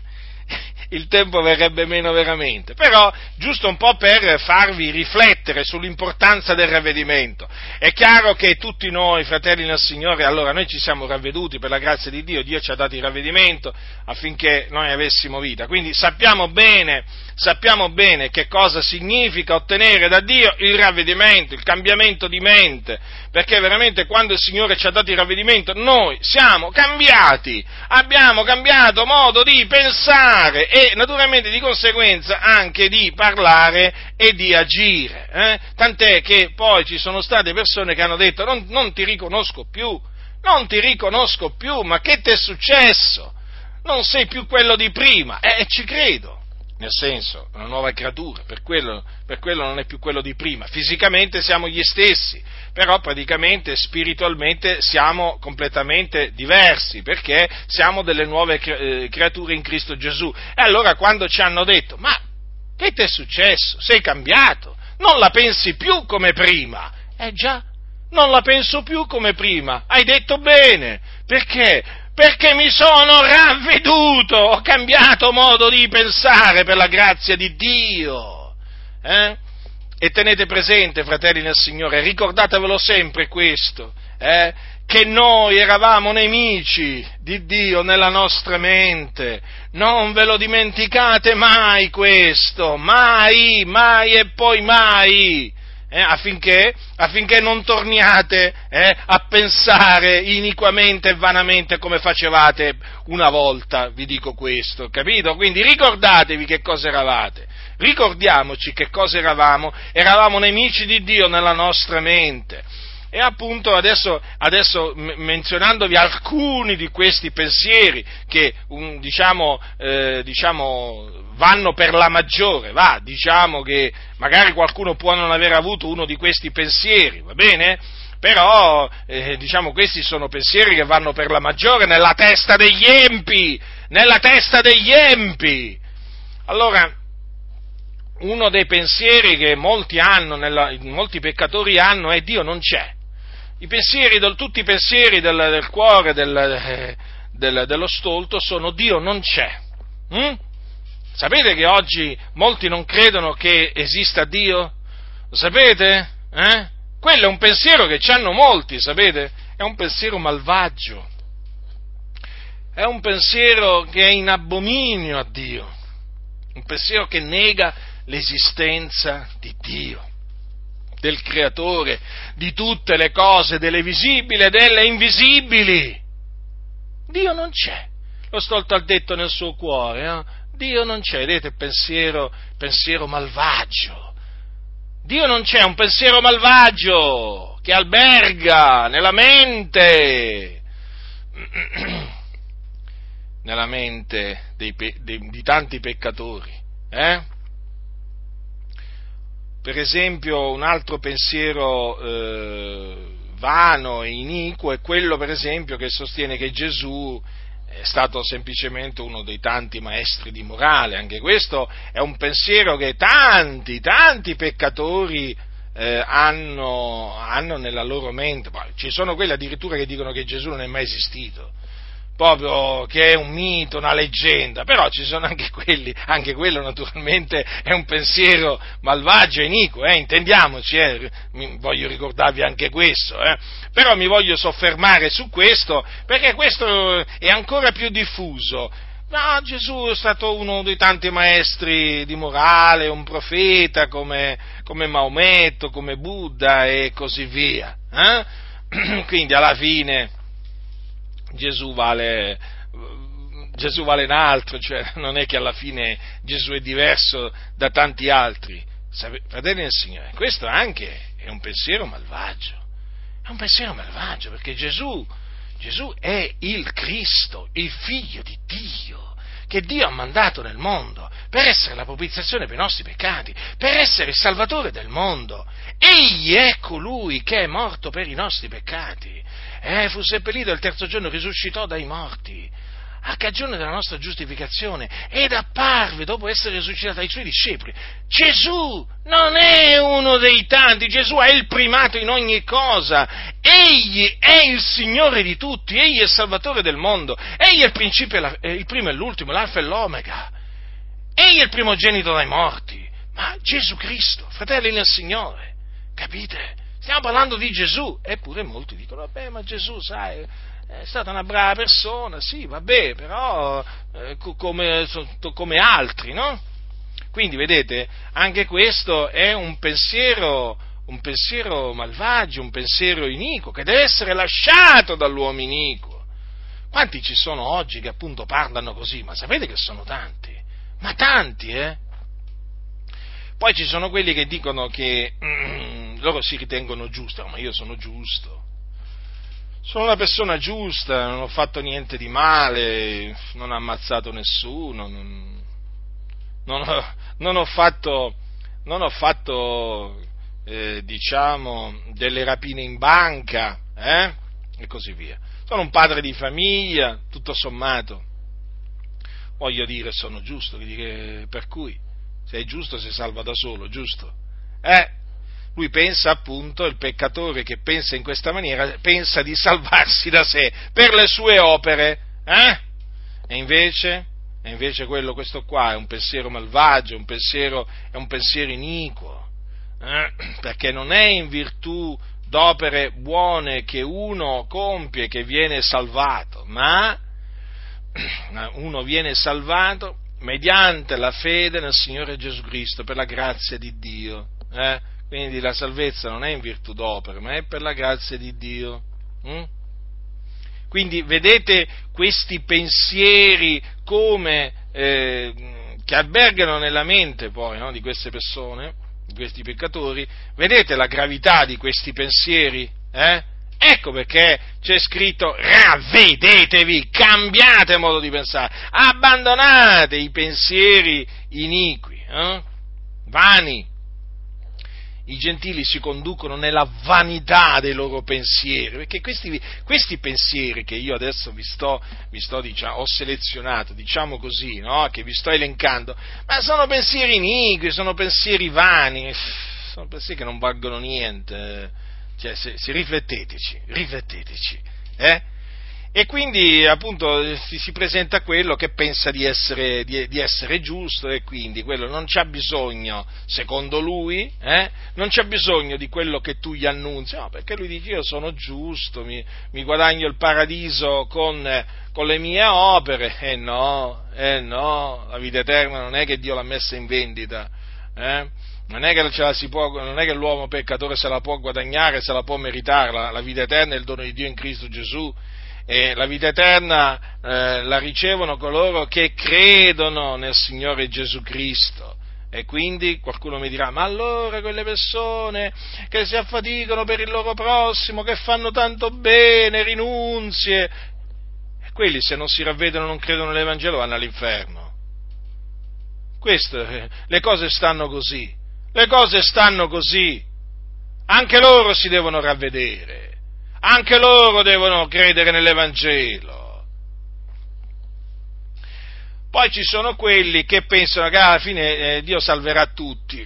Il tempo verrebbe meno veramente, però giusto un po' per farvi riflettere sull'importanza del ravvedimento. È chiaro che tutti noi, fratelli nel Signore, allora noi ci siamo ravveduti per la grazia di Dio, Dio ci ha dato il ravvedimento affinché noi avessimo vita, quindi sappiamo bene, sappiamo bene che cosa significa ottenere da Dio il ravvedimento, il cambiamento di mente, perché veramente quando il Signore ci ha dato il ravvedimento noi siamo cambiati, abbiamo cambiato modo di pensare e naturalmente di conseguenza anche di parlare e di agire, eh? Tant'è che poi ci sono state persone che hanno detto non, non ti riconosco più, non ti riconosco più, ma che ti è successo? Non sei più quello di prima, e eh, ci credo. Nel senso, una nuova creatura, per quello, per quello non è più quello di prima. Fisicamente siamo gli stessi, però praticamente, spiritualmente siamo completamente diversi, perché siamo delle nuove creature in Cristo Gesù. E allora quando ci hanno detto, ma che ti è successo? Sei cambiato? Non la pensi più come prima? Eh già, non la penso più come prima. Hai detto bene, perché? Perché mi sono ravveduto, ho cambiato modo di pensare per la grazia di Dio. Eh? E tenete presente, fratelli nel Signore, ricordatevelo sempre questo, eh? che noi eravamo nemici di Dio nella nostra mente. Non ve lo dimenticate mai questo, mai, mai e poi mai. Eh, affinché, affinché non torniate eh, a pensare iniquamente e vanamente come facevate una volta, vi dico questo, capito? Quindi ricordatevi che cosa eravate, ricordiamoci che cosa eravamo, eravamo nemici di Dio nella nostra mente. E appunto adesso, adesso menzionandovi alcuni di questi pensieri che um, diciamo, eh, diciamo vanno per la maggiore, va, diciamo che magari qualcuno può non aver avuto uno di questi pensieri, va bene? Però eh, diciamo questi sono pensieri che vanno per la maggiore nella testa degli empi, nella testa degli empi. Allora, uno dei pensieri che molti hanno, nella, molti peccatori hanno è Dio non c'è. I pensieri, tutti i pensieri del, del cuore del, del, dello stolto sono Dio non c'è. Mm? Sapete che oggi molti non credono che esista Dio? Lo sapete? Eh? Quello è un pensiero che hanno molti, sapete? È un pensiero malvagio. È un pensiero che è in abominio a Dio. Un pensiero che nega l'esistenza di Dio. del creatore di tutte le cose, delle visibili e delle invisibili. Dio non c'è. Lo stolto ha detto nel suo cuore, eh? Dio non c'è, vedete il pensiero, pensiero malvagio. Dio non c'è, è un pensiero malvagio che alberga nella mente, nella mente dei, dei, di tanti peccatori. Eh? Per esempio, un altro pensiero eh, vano e iniquo è quello, per esempio, che sostiene che Gesù è stato semplicemente uno dei tanti maestri di morale. Anche questo è un pensiero che tanti, tanti peccatori eh, hanno, hanno nella loro mente. Poi, ci sono quelli addirittura che dicono che Gesù non è mai esistito, proprio che è un mito, una leggenda, però ci sono anche quelli, anche quello naturalmente è un pensiero malvagio e iniquo, eh, intendiamoci, eh, voglio ricordarvi anche questo, eh, però mi voglio soffermare su questo, perché questo è ancora più diffuso. No, Gesù è stato uno dei tanti maestri di morale, un profeta come, come Maometto, come Buddha e così via, eh? Quindi alla fine Gesù vale, Gesù vale un altro, cioè non è che alla fine Gesù è diverso da tanti altri. Fratelli del Signore, questo anche è un pensiero malvagio, è un pensiero malvagio, perché Gesù, Gesù è il Cristo, il Figlio di Dio, che Dio ha mandato nel mondo per essere la propiziazione per i nostri peccati, per essere il Salvatore del mondo. Egli è colui che è morto per i nostri peccati. Eh, fu seppellito e il terzo giorno risuscitò dai morti, a cagione della nostra giustificazione, ed apparve dopo essere risuscitato ai suoi discepoli. Gesù non è uno dei tanti, Gesù è il primato in ogni cosa, egli è il Signore di tutti, egli è il Salvatore del mondo, egli è il principio, e la, il primo e l'ultimo, l'alfa e l'omega, egli è il primogenito dai morti, ma Gesù Cristo, fratelli nel Signore, capite? Stiamo parlando di Gesù, eppure molti dicono, vabbè, ma Gesù, sai, è stata una brava persona, sì, vabbè, però eh, come, come altri, no? Quindi, vedete, anche questo è un pensiero, un pensiero malvagio, un pensiero iniquo, che deve essere lasciato dall'uomo iniquo. Quanti ci sono oggi che appunto parlano così? Ma sapete che sono tanti? Ma tanti, eh? Poi ci sono quelli che dicono che mm, loro si ritengono giusti, oh, ma io sono giusto, sono una persona giusta, non ho fatto niente di male, non ho ammazzato nessuno, non, non, ho, non ho fatto, non ho fatto eh, diciamo, delle rapine in banca, eh? E così via. Sono un padre di famiglia, tutto sommato, voglio dire, sono giusto, per cui se è giusto si salva da solo, giusto? Eh, lui pensa appunto, il peccatore che pensa in questa maniera, pensa di salvarsi da sé, per le sue opere, eh? E invece, e invece quello, questo qua è un pensiero malvagio, un pensiero, è un pensiero iniquo, eh? Perché non è in virtù d'opere buone che uno compie che viene salvato, ma uno viene salvato mediante la fede nel Signore Gesù Cristo, per la grazia di Dio. Eh? Quindi la salvezza non è in virtù d'opere, ma è per la grazia di Dio. Mm? Quindi vedete questi pensieri come eh, che albergano nella mente poi, no, di queste persone, di questi peccatori, vedete la gravità di questi pensieri? Eh? Ecco perché c'è scritto ravvedetevi, cambiate modo di pensare, abbandonate i pensieri iniqui, eh? vani. I gentili si conducono nella vanità dei loro pensieri, perché questi, questi pensieri che io adesso vi sto, vi sto diciamo, ho selezionato, diciamo così, no? Che vi sto elencando, ma sono pensieri iniqui, sono pensieri vani, sono pensieri che non valgono niente. Cioè, se, se rifletteteci, rifletteteci, eh? E quindi appunto si, si presenta quello che pensa di essere, di, di essere giusto, e quindi quello non c'ha bisogno, secondo lui, eh? non c'ha bisogno di quello che tu gli annunzi, no, perché lui dice io sono giusto, mi, mi guadagno il paradiso con, con le mie opere, e eh no, eh no, la vita eterna non è che Dio l'ha messa in vendita. eh? Non è che ce la si può, non è che l'uomo peccatore se la può guadagnare, se la può meritare, la, la vita eterna è il dono di Dio in Cristo Gesù, e la vita eterna eh, la ricevono coloro che credono nel Signore Gesù Cristo. E quindi qualcuno mi dirà, ma allora quelle persone che si affaticano per il loro prossimo, che fanno tanto bene, rinunzie, e quelli se non si ravvedono, non credono nell'Evangelo, vanno all'inferno. Questo, le cose stanno così, le cose stanno così, anche loro si devono ravvedere, anche loro devono credere nell'Evangelo. Poi ci sono quelli che pensano che alla fine eh, Dio salverà tutti.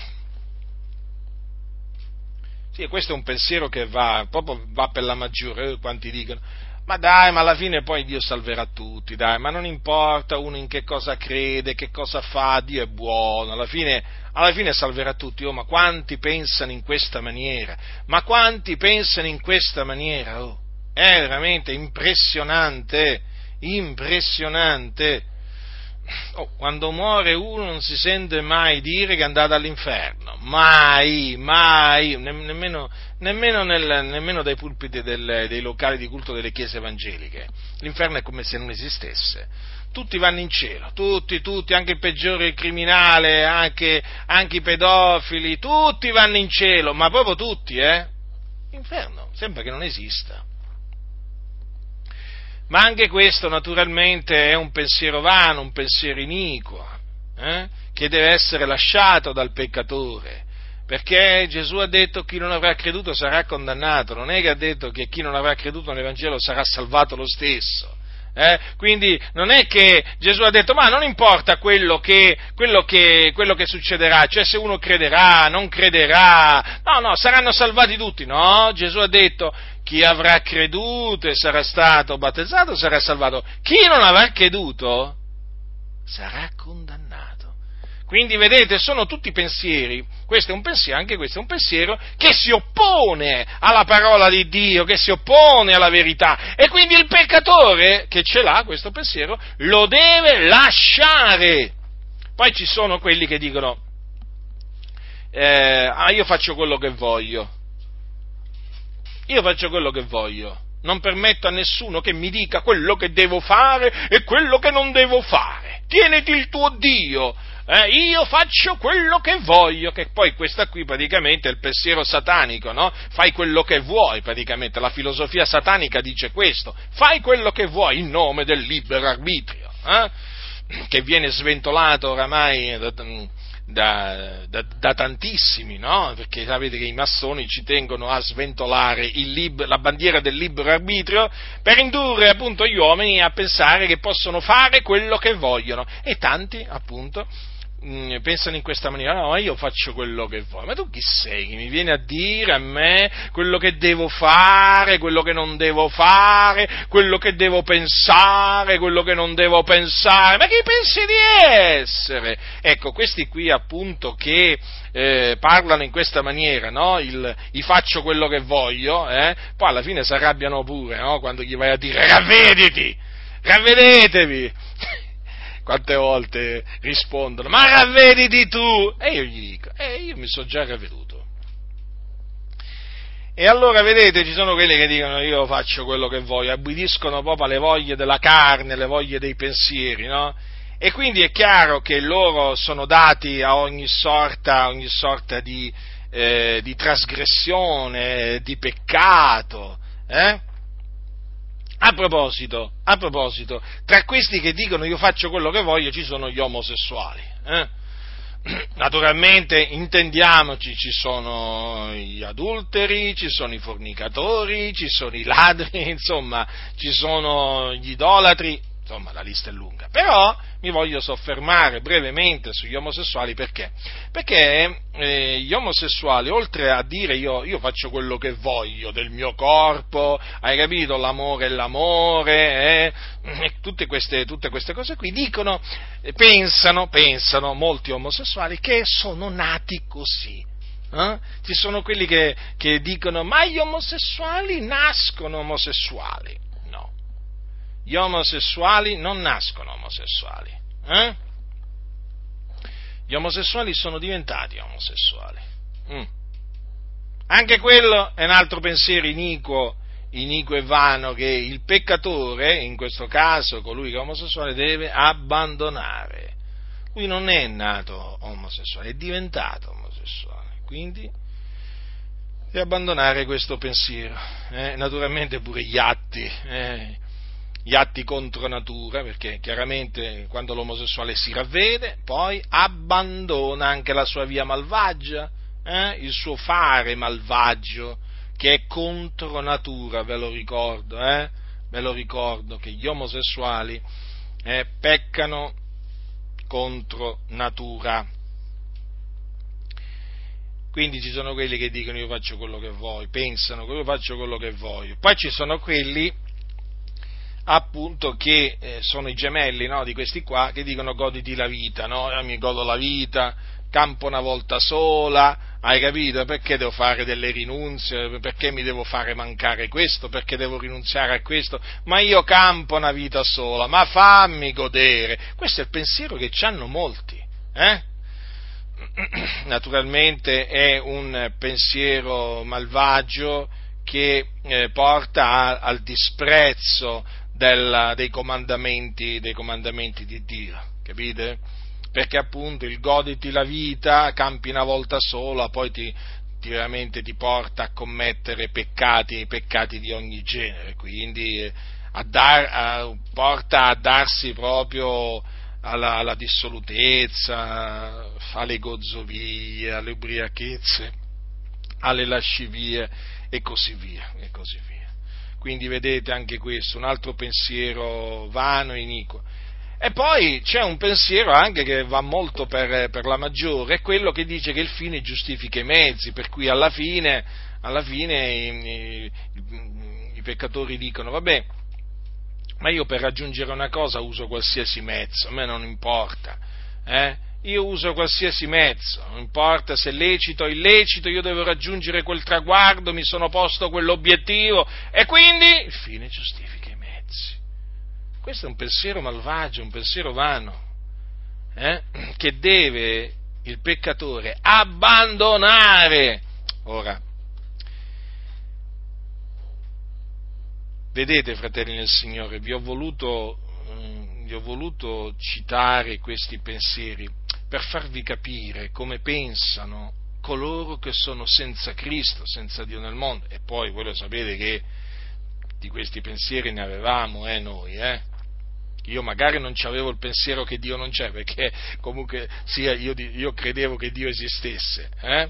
Sì, questo è un pensiero che va, proprio va per la maggiore, eh, quanti dicono, ma dai, ma alla fine poi Dio salverà tutti, dai, ma non importa uno in che cosa crede, che cosa fa, Dio è buono, alla fine, alla fine salverà tutti. Oh, ma quanti pensano in questa maniera? Ma quanti pensano in questa maniera? Oh, è veramente impressionante, impressionante. Oh, quando muore uno non si sente mai dire che è andato all'inferno, mai, mai, ne, nemmeno, nemmeno, nel, nemmeno dai pulpiti del, dei locali di culto delle chiese evangeliche. L'inferno è come se non esistesse. Tutti vanno in cielo, tutti, tutti, anche il peggiore criminale, anche, anche i pedofili, tutti vanno in cielo, ma proprio tutti, eh? L'inferno sembra che non esista. Ma anche questo naturalmente è un pensiero vano, un pensiero iniquo, eh? che deve essere lasciato dal peccatore, perché Gesù ha detto chi non avrà creduto sarà condannato, non è che ha detto che chi non avrà creduto nell'Evangelo sarà salvato lo stesso. Eh? Quindi non è che Gesù ha detto ma non importa quello che, quello, che, quello che succederà, cioè se uno crederà, non crederà, no, no, saranno salvati tutti, no, Gesù ha detto chi avrà creduto e sarà stato battezzato sarà salvato, chi non avrà creduto sarà condannato. Quindi vedete, sono tutti pensieri, questo è un pensiero, anche questo è un pensiero che si oppone alla parola di Dio, che si oppone alla verità, e quindi il peccatore che ce l'ha questo pensiero lo deve lasciare. Poi ci sono quelli che dicono, eh, ah io faccio quello che voglio, io faccio quello che voglio, non permetto a nessuno che mi dica quello che devo fare e quello che non devo fare, tieniti il tuo Dio. Eh, io faccio quello che voglio, che poi questa qui praticamente è il pensiero satanico, no? Fai quello che vuoi, praticamente, la filosofia satanica dice questo, fai quello che vuoi in nome del libero arbitrio, eh? Che viene sventolato oramai da, da, da, da tantissimi, no? Perché sapete che i massoni ci tengono a sventolare il lib- la bandiera del libero arbitrio per indurre appunto gli uomini a pensare che possono fare quello che vogliono, e tanti appunto pensano in questa maniera, no, io faccio quello che vuoi, ma tu chi sei che mi vieni a dire a me quello che devo fare, quello che non devo fare, quello che devo pensare, quello che non devo pensare, ma chi pensi di essere? Ecco, questi qui appunto che eh, parlano in questa maniera, no, il, i faccio quello che voglio, eh, poi alla fine si arrabbiano pure, no, quando gli vai a dire ravvediti, ravvedetevi. Quante volte rispondono, ma ravvediti tu! E io gli dico, eh, io mi sono già ravveduto. E allora, vedete, ci sono quelli che dicono, io faccio quello che voglio, abbudiscono proprio alle voglie della carne, alle voglie dei pensieri, no? E quindi è chiaro che loro sono dati a ogni sorta, a ogni sorta di, eh, di trasgressione, di peccato, eh? A proposito, a proposito, tra questi che dicono io faccio quello che voglio ci sono gli omosessuali. Eh? Naturalmente, intendiamoci, ci sono gli adulteri, ci sono i fornicatori, ci sono i ladri, insomma, ci sono gli idolatri, insomma, la lista è lunga. Però mi voglio soffermare brevemente sugli omosessuali, perché? Perché eh, gli omosessuali, oltre a dire io, io faccio quello che voglio del mio corpo, hai capito, l'amore è l'amore, eh, e tutte queste, tutte queste cose qui, dicono, pensano, pensano molti omosessuali che sono nati così. Eh? Ci sono quelli che, che dicono, ma gli omosessuali nascono omosessuali. Gli omosessuali non nascono omosessuali, eh? Gli Gli omosessuali sono diventati omosessuali. Mm. Anche quello è un altro pensiero iniquo, iniquo e vano che il peccatore, in questo caso colui che è omosessuale, deve abbandonare. Lui non è nato omosessuale, è diventato omosessuale, quindi deve abbandonare questo pensiero. Eh, naturalmente pure gli atti, eh, gli atti contro natura, perché chiaramente quando l'omosessuale si ravvede, poi abbandona anche la sua via malvagia, eh, il suo fare malvagio, che è contro natura, ve lo ricordo, eh, ve lo ricordo che gli omosessuali eh, peccano contro natura. Quindi ci sono quelli che dicono io faccio quello che voglio, pensano che io faccio quello che voglio, poi ci sono quelli appunto che eh, sono i gemelli, no, di questi qua, che dicono goditi la vita, no, io mi godo la vita, campo una volta sola, hai capito? Perché devo fare delle rinunzie? Perché mi devo fare mancare questo? Perché devo rinunziare a questo? Ma io campo una vita sola, ma fammi godere. Questo è il pensiero che hanno molti, eh? Naturalmente è un pensiero malvagio che eh, porta a, al disprezzo del, dei comandamenti, dei comandamenti di Dio, capite? Perché appunto il goditi la vita, campi una volta sola, poi ti, ti veramente ti porta a commettere peccati, peccati di ogni genere, quindi eh, a dar, a, porta a darsi proprio alla, alla dissolutezza, alle gozzovie, alle ubriachezze, alle lascivie e così via, e così via. Quindi vedete anche questo, un altro pensiero vano e iniquo. E poi c'è un pensiero anche che va molto per, per la maggiore, è quello che dice che il fine giustifica i mezzi, per cui alla fine, alla fine i, i, i peccatori dicono, vabbè, ma io per raggiungere una cosa uso qualsiasi mezzo, a me non importa, eh? Io uso qualsiasi mezzo, non importa se è lecito o illecito, io devo raggiungere quel traguardo, mi sono posto quell'obiettivo e quindi il fine giustifica i mezzi. Questo è un pensiero malvagio, un pensiero vano, eh? Che deve il peccatore abbandonare. Ora, vedete, fratelli nel Signore, vi ho voluto, vi ho voluto citare questi pensieri per farvi capire come pensano coloro che sono senza Cristo, senza Dio nel mondo. E poi voi lo sapete che di questi pensieri ne avevamo, eh, noi, eh? Io magari non c'avevo il pensiero che Dio non c'è, perché comunque sia io, io credevo che Dio esistesse, eh?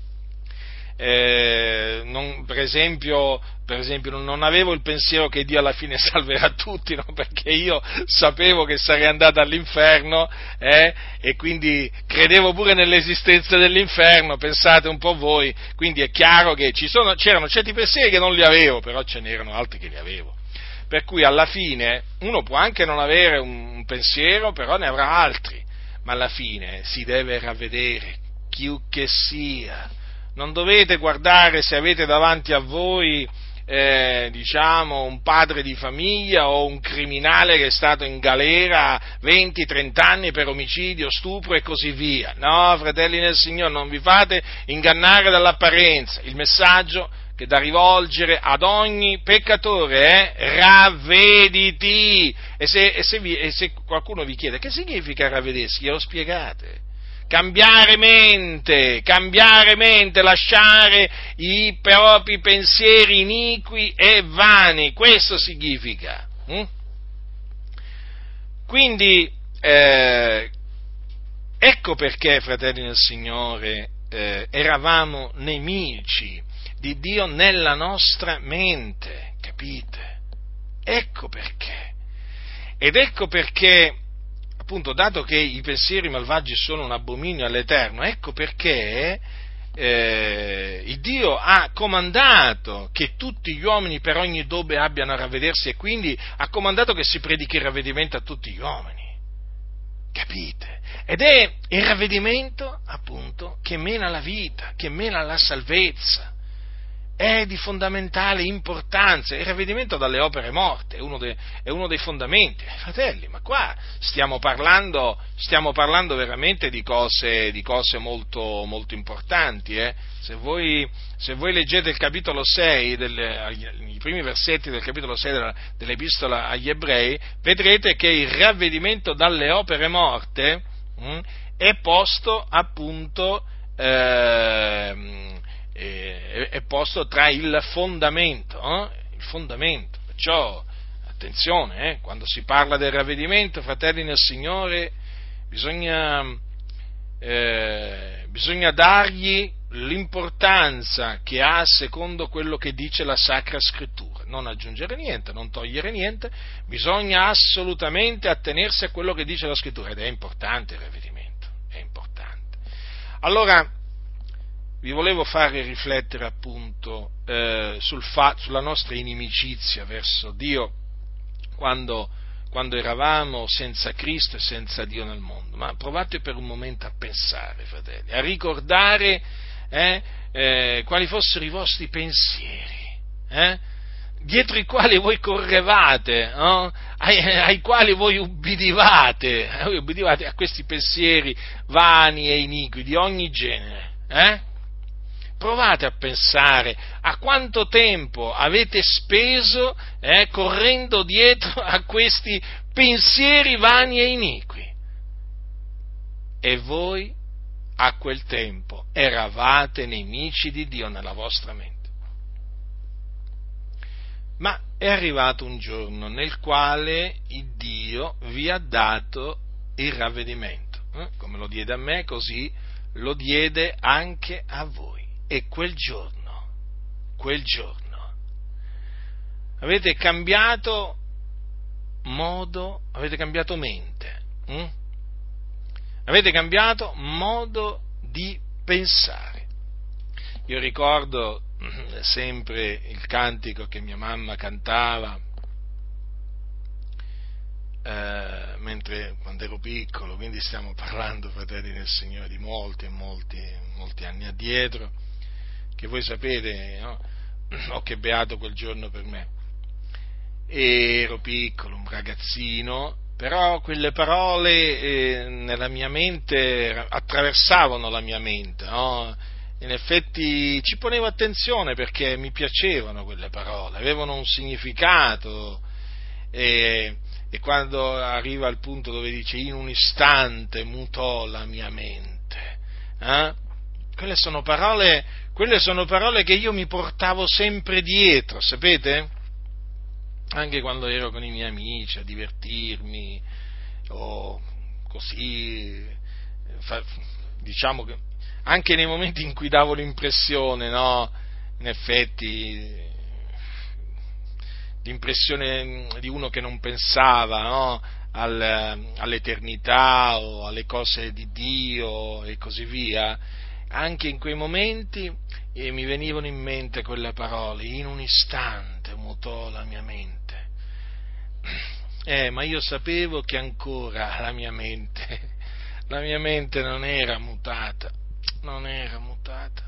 Eh, non, per esempio, per esempio non avevo il pensiero che Dio alla fine salverà tutti, no? Perché io sapevo che sarei andato all'inferno, eh? E quindi credevo pure nell'esistenza dell'inferno, pensate un po' voi, quindi è chiaro che ci sono, c'erano certi pensieri che non li avevo, però ce n'erano altri che li avevo. Per cui alla fine uno può anche non avere un pensiero, però ne avrà altri, ma alla fine si deve ravvedere, chiunque sia. Non dovete guardare se avete davanti a voi, eh, diciamo, un padre di famiglia o un criminale che è stato in galera venti trenta anni per omicidio, stupro e così via. No, fratelli nel Signore, non vi fate ingannare dall'apparenza. Il messaggio che da rivolgere ad ogni peccatore è ravvediti. E se, e, se vi, e se qualcuno vi chiede che significa ravvedersi, glielo spiegate. Cambiare mente, cambiare mente, lasciare i propri pensieri iniqui e vani, questo significa. Hm? Quindi, eh, ecco perché, fratelli nel Signore, eh, eravamo nemici di Dio nella nostra mente, capite? Ecco perché. Ed ecco perché, appunto, dato che i pensieri malvagi sono un abominio all'Eterno, ecco perché eh, il Dio ha comandato che tutti gli uomini per ogni dove abbiano a ravvedersi, e quindi ha comandato che si predichi il ravvedimento a tutti gli uomini. Capite? Ed è il ravvedimento, appunto, che mena alla vita, che mena alla salvezza. è di fondamentale importanza. Il ravvedimento dalle opere morte è uno, de, è uno dei fondamenti. Fratelli, ma qua stiamo parlando, stiamo parlando veramente di cose, di cose molto, molto importanti. Eh? Se, voi, se voi leggete il capitolo sei, delle, i primi versetti del capitolo sei della, dell'Epistola agli Ebrei, vedrete che il ravvedimento dalle opere morte mh, è posto appunto eh, è posto tra il fondamento, eh? il fondamento, perciò attenzione, eh? Quando si parla del ravvedimento, fratelli nel Signore, bisogna, eh, bisogna dargli l'importanza che ha secondo quello che dice la Sacra Scrittura, non aggiungere niente, non togliere niente, bisogna assolutamente attenersi a quello che dice la Scrittura, ed è importante il ravvedimento, è importante. Allora, vi volevo fare riflettere appunto eh, sul fa- sulla nostra inimicizia verso Dio quando, quando eravamo senza Cristo e senza Dio nel mondo, ma provate per un momento a pensare, fratelli, a ricordare eh, eh, quali fossero i vostri pensieri, eh, dietro i quali voi correvate, no? ai, ai quali voi ubbidivate, voi ubbidivate a questi pensieri vani e iniqui di ogni genere, eh? Provate a pensare a quanto tempo avete speso eh, correndo dietro a questi pensieri vani e iniqui. E voi a quel tempo eravate nemici di Dio nella vostra mente. Ma è arrivato un giorno nel quale il Dio vi ha dato il ravvedimento. Eh? Come lo diede a me, così lo diede anche a voi. E quel giorno, quel giorno, avete cambiato modo, avete cambiato mente, hm? avete cambiato modo di pensare. Io ricordo sempre il cantico che mia mamma cantava eh, mentre quando ero piccolo, quindi stiamo parlando, fratelli del Signore, di molti e molti, molti anni addietro, che voi sapete, no? Oh, che beato quel giorno per me. E ero piccolo, un ragazzino, però quelle parole eh, nella mia mente attraversavano la mia mente, no? In effetti ci ponevo attenzione perché mi piacevano quelle parole, avevano un significato e, e quando arriva al punto dove dice in un istante mutò la mia mente, eh? Quelle sono parole, quelle sono parole che io mi portavo sempre dietro, sapete? Anche quando ero con i miei amici a divertirmi, o così, fa, diciamo che anche nei momenti in cui davo l'impressione, no? In effetti, l'impressione di uno che non pensava, no? Al, all'eternità o alle cose di Dio e così via. Anche in quei momenti eh, mi venivano in mente quelle parole, in un istante mutò la mia mente. Eh, ma io sapevo che ancora la mia mente, la mia mente non era mutata, non era mutata.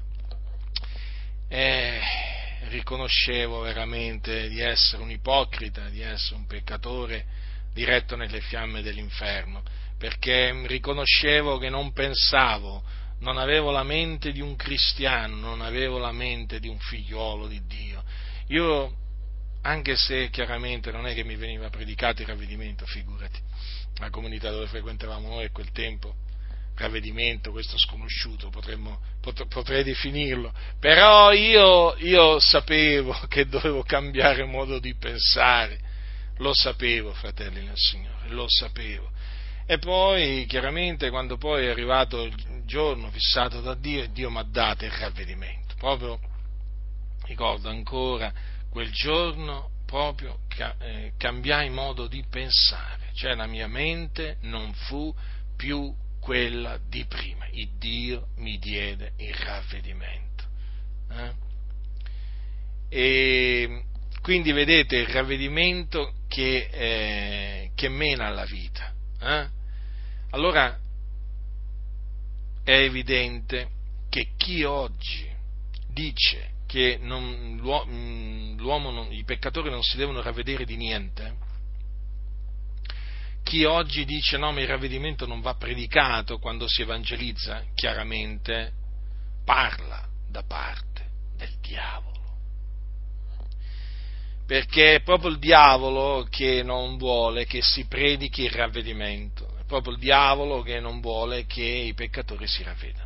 Eh, riconoscevo veramente di essere un ipocrita, di essere un peccatore diretto nelle fiamme dell'inferno, perché riconoscevo che non pensavo, non avevo la mente di un cristiano, non avevo la mente di un figliuolo di Dio. Io, anche se chiaramente non è che mi veniva predicato il ravvedimento, figurati, la comunità dove frequentavamo noi a quel tempo, ravvedimento, questo sconosciuto, potremmo, pot- potrei definirlo, però io, io sapevo che dovevo cambiare modo di pensare, lo sapevo, fratelli nel Signore, lo sapevo. E poi, chiaramente, quando poi è arrivato il giorno fissato da Dio, Dio mi ha dato il ravvedimento. Proprio, ricordo ancora, quel giorno proprio eh, cambiai modo di pensare. Cioè la mia mente non fu più quella di prima. Il Dio mi diede il ravvedimento. Eh? E quindi vedete il ravvedimento che, eh, che mena alla vita. Eh? Allora è evidente che chi oggi dice che non, l'uomo, non, i peccatori non si devono ravvedere di niente. Chi oggi dice no, ma il ravvedimento non va predicato quando si evangelizza, chiaramente parla da parte del diavolo. Perché è proprio il diavolo che non vuole che si predichi il ravvedimento, è proprio il diavolo che non vuole che i peccatori si ravvedano.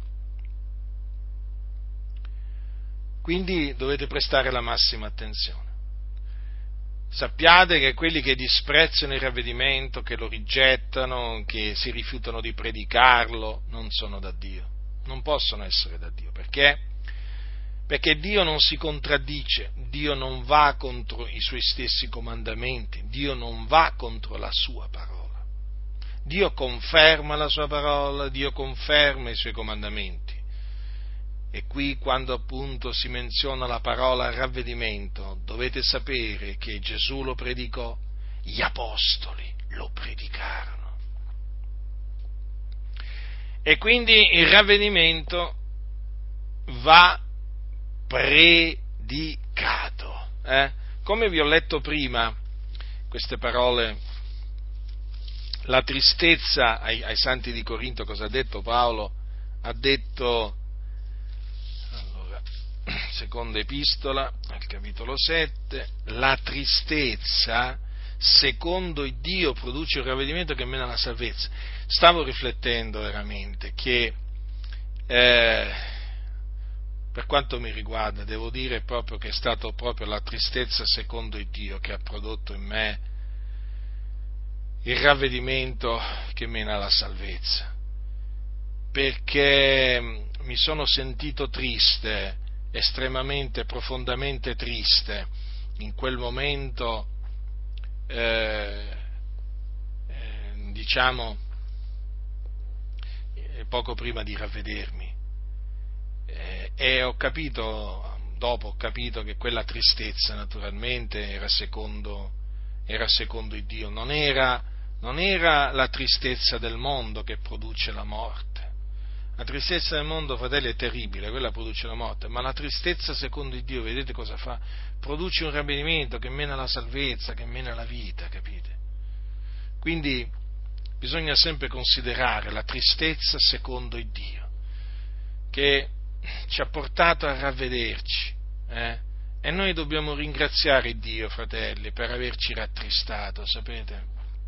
Quindi dovete prestare la massima attenzione. Sappiate che quelli che disprezzano il ravvedimento, che lo rigettano, che si rifiutano di predicarlo, non sono da Dio, non possono essere da Dio, perché? Perché Dio non si contraddice, Dio non va contro i suoi stessi comandamenti, Dio non va contro la sua parola. Dio conferma la sua parola, Dio conferma i suoi comandamenti. E qui, quando appunto si menziona la parola ravvedimento, dovete sapere che Gesù lo predicò, gli apostoli lo predicarono. E quindi il ravvedimento va predicato. Eh? Come vi ho letto prima, queste parole, la tristezza ai, ai santi di Corinto, cosa ha detto Paolo? Ha detto, allora, seconda epistola, al capitolo sette, la tristezza secondo il Dio produce un ravvedimento che mena alla salvezza. Stavo riflettendo veramente che eh, per quanto mi riguarda, devo dire proprio che è stato proprio la tristezza secondo il Dio che ha prodotto in me il ravvedimento che mena alla salvezza, perché mi sono sentito triste, estremamente, profondamente triste, in quel momento, eh, eh, diciamo, poco prima di ravvedermi, eh, e ho capito, dopo ho capito che quella tristezza naturalmente era secondo, era secondo il Dio, non era, non era la tristezza del mondo che produce la morte. La tristezza del mondo, fratelli, è terribile, quella produce la morte, ma la tristezza secondo il Dio, vedete cosa fa? Produce un ravvedimento che mena alla salvezza, che mena alla vita, capite? Quindi bisogna sempre considerare la tristezza secondo il Dio, che ci ha portato a ravvederci, eh? E noi dobbiamo ringraziare Dio, fratelli, per averci rattristato, sapete?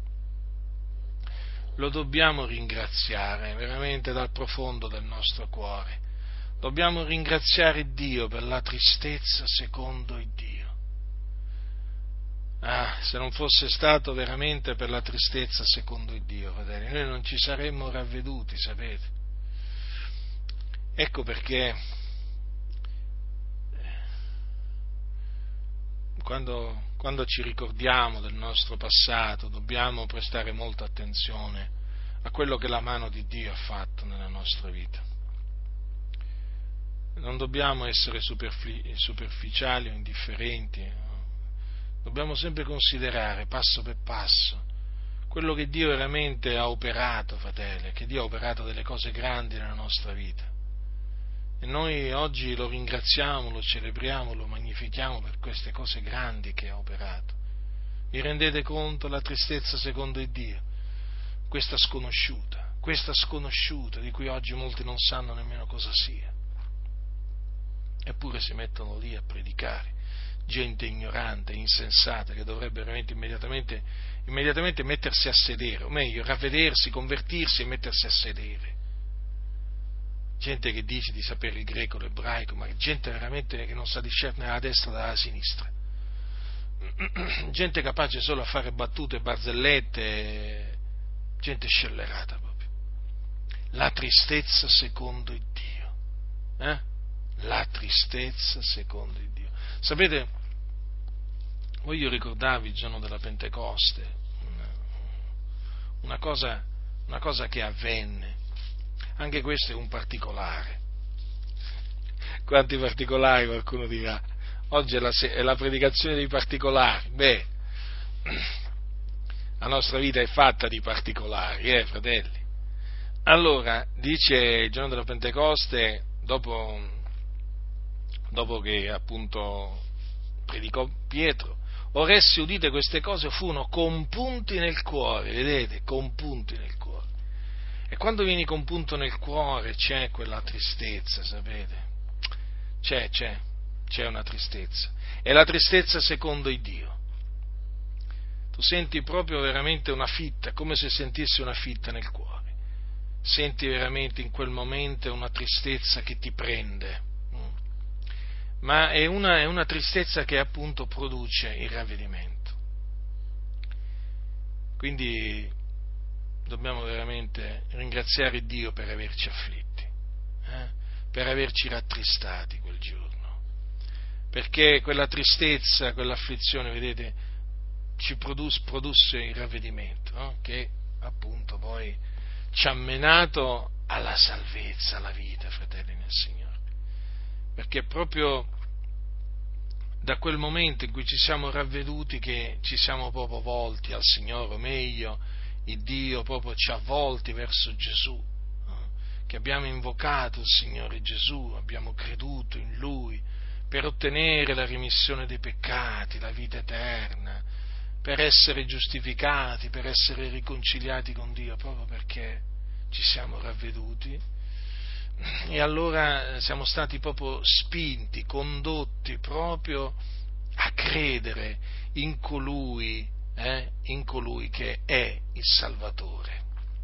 Lo dobbiamo ringraziare veramente dal profondo del nostro cuore. Dobbiamo ringraziare Dio per la tristezza secondo il Dio. Ah, se non fosse stato veramente per la tristezza secondo il Dio, fratelli, noi non ci saremmo ravveduti, sapete? Ecco perché quando, quando ci ricordiamo del nostro passato dobbiamo prestare molta attenzione a quello che la mano di Dio ha fatto nella nostra vita. Non dobbiamo essere superficiali o indifferenti, dobbiamo sempre considerare passo per passo quello che Dio veramente ha operato, fratelli, che Dio ha operato delle cose grandi nella nostra vita. E noi oggi lo ringraziamo, lo celebriamo, lo magnifichiamo per queste cose grandi che ha operato. Vi rendete conto la tristezza secondo il Dio? Questa sconosciuta, questa sconosciuta di cui oggi molti non sanno nemmeno cosa sia. Eppure si mettono lì a predicare, gente ignorante, insensata, che dovrebbe veramente immediatamente, immediatamente mettersi a sedere, o meglio, ravvedersi, convertirsi e mettersi a sedere. Gente che dice di sapere il greco, l'ebraico, ma gente veramente che non sa discernere la destra dalla sinistra. Gente capace solo a fare battute, barzellette, gente scellerata proprio. La tristezza secondo il Dio. Eh? La tristezza secondo il Dio. Sapete, voglio ricordarvi il giorno della Pentecoste, una, una, cosa, una cosa che avvenne. Anche questo è un particolare. Quanti particolari, qualcuno dirà? Oggi è la, è la predicazione dei particolari. Beh, la nostra vita è fatta di particolari, eh, fratelli. Allora, dice il giorno della Pentecoste, dopo, dopo che appunto predicò Pietro, or essi udite queste cose furono compunti nel cuore, vedete, compunti nel cuore. E quando vieni compunto nel cuore c'è quella tristezza, sapete? C'è, c'è, c'è una tristezza. È la tristezza secondo il Dio. Tu senti proprio veramente una fitta, come se sentissi una fitta nel cuore. Senti veramente in quel momento una tristezza che ti prende. Ma è una, è una tristezza che appunto produce il ravvedimento. Quindi dobbiamo veramente ringraziare Dio per averci afflitti, eh? per averci rattristati quel giorno, perché quella tristezza, quell'afflizione, vedete, ci produsse, produsse il ravvedimento, no? Che appunto poi ci ha menato alla salvezza, alla vita, fratelli nel Signore, perché proprio da quel momento in cui ci siamo ravveduti che ci siamo proprio volti al Signore, o meglio, il Dio proprio ci ha volti verso Gesù, che abbiamo invocato il Signore Gesù, abbiamo creduto in Lui per ottenere la remissione dei peccati, la vita eterna, per essere giustificati, per essere riconciliati con Dio, proprio perché ci siamo ravveduti. E allora siamo stati proprio spinti, condotti proprio a credere in colui, eh, in colui che è il Salvatore.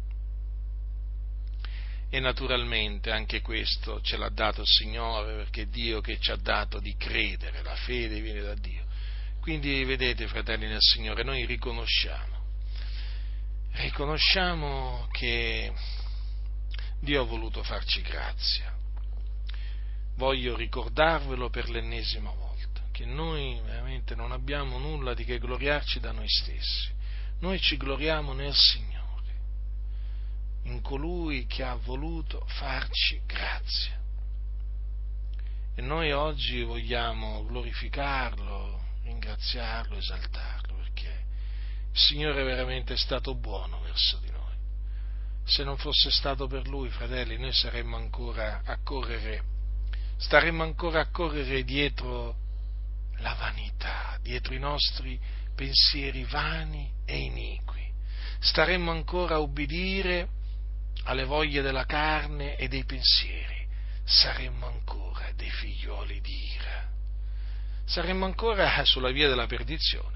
E naturalmente anche questo ce l'ha dato il Signore, perché è Dio che ci ha dato di credere, la fede viene da Dio. Quindi vedete, fratelli nel Signore, noi riconosciamo, riconosciamo che Dio ha voluto farci grazia. Voglio ricordarvelo per l'ennesima volta, che noi veramente non abbiamo nulla di che gloriarci da noi stessi. Noi ci gloriamo nel Signore, in colui che ha voluto farci grazia. E noi oggi vogliamo glorificarlo, ringraziarlo, esaltarlo, perché il Signore è veramente stato buono verso di noi. Se non fosse stato per Lui, fratelli, noi saremmo ancora a correre, staremmo ancora a correre dietro la vanità, dietro i nostri pensieri vani e iniqui. Staremmo ancora a ubbidire alle voglie della carne e dei pensieri. Saremmo ancora dei figlioli di ira. Saremmo ancora sulla via della perdizione.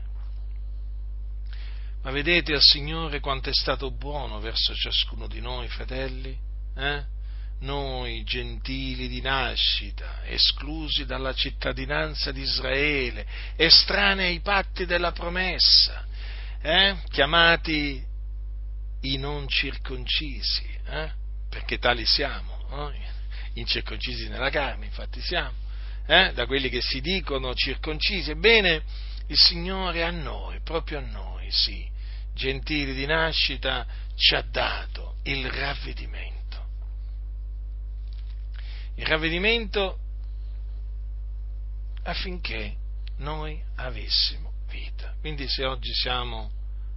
Ma vedete al Signore quanto è stato buono verso ciascuno di noi, fratelli? Eh? Noi, gentili di nascita, esclusi dalla cittadinanza di Israele, estranei ai patti della promessa, eh? chiamati i non circoncisi, eh? perché tali siamo, no? incirconcisi nella carne, infatti siamo, eh? da quelli che si dicono circoncisi. Ebbene, il Signore a noi, proprio a noi, sì, gentili di nascita, ci ha dato il ravvedimento. Il ravvedimento affinché noi avessimo vita. Quindi se oggi siamo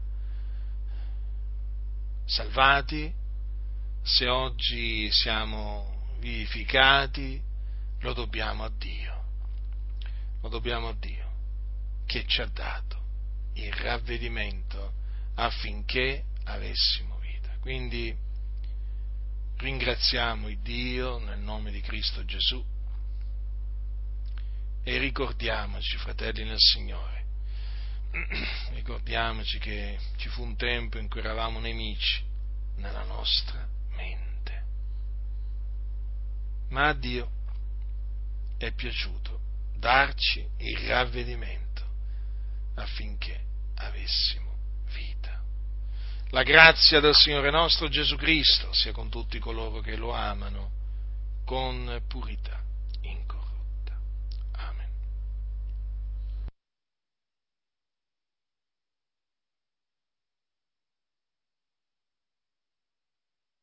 salvati, se oggi siamo vivificati, lo dobbiamo a Dio. Lo dobbiamo a Dio che ci ha dato il ravvedimento affinché avessimo vita. Quindi ringraziamo il Dio nel nome di Cristo Gesù e ricordiamoci, fratelli nel Signore, ricordiamoci che ci fu un tempo in cui eravamo nemici nella nostra mente, ma a Dio è piaciuto darci il ravvedimento affinché avessimo vita. La grazia del Signore nostro Gesù Cristo sia con tutti coloro che lo amano con purità.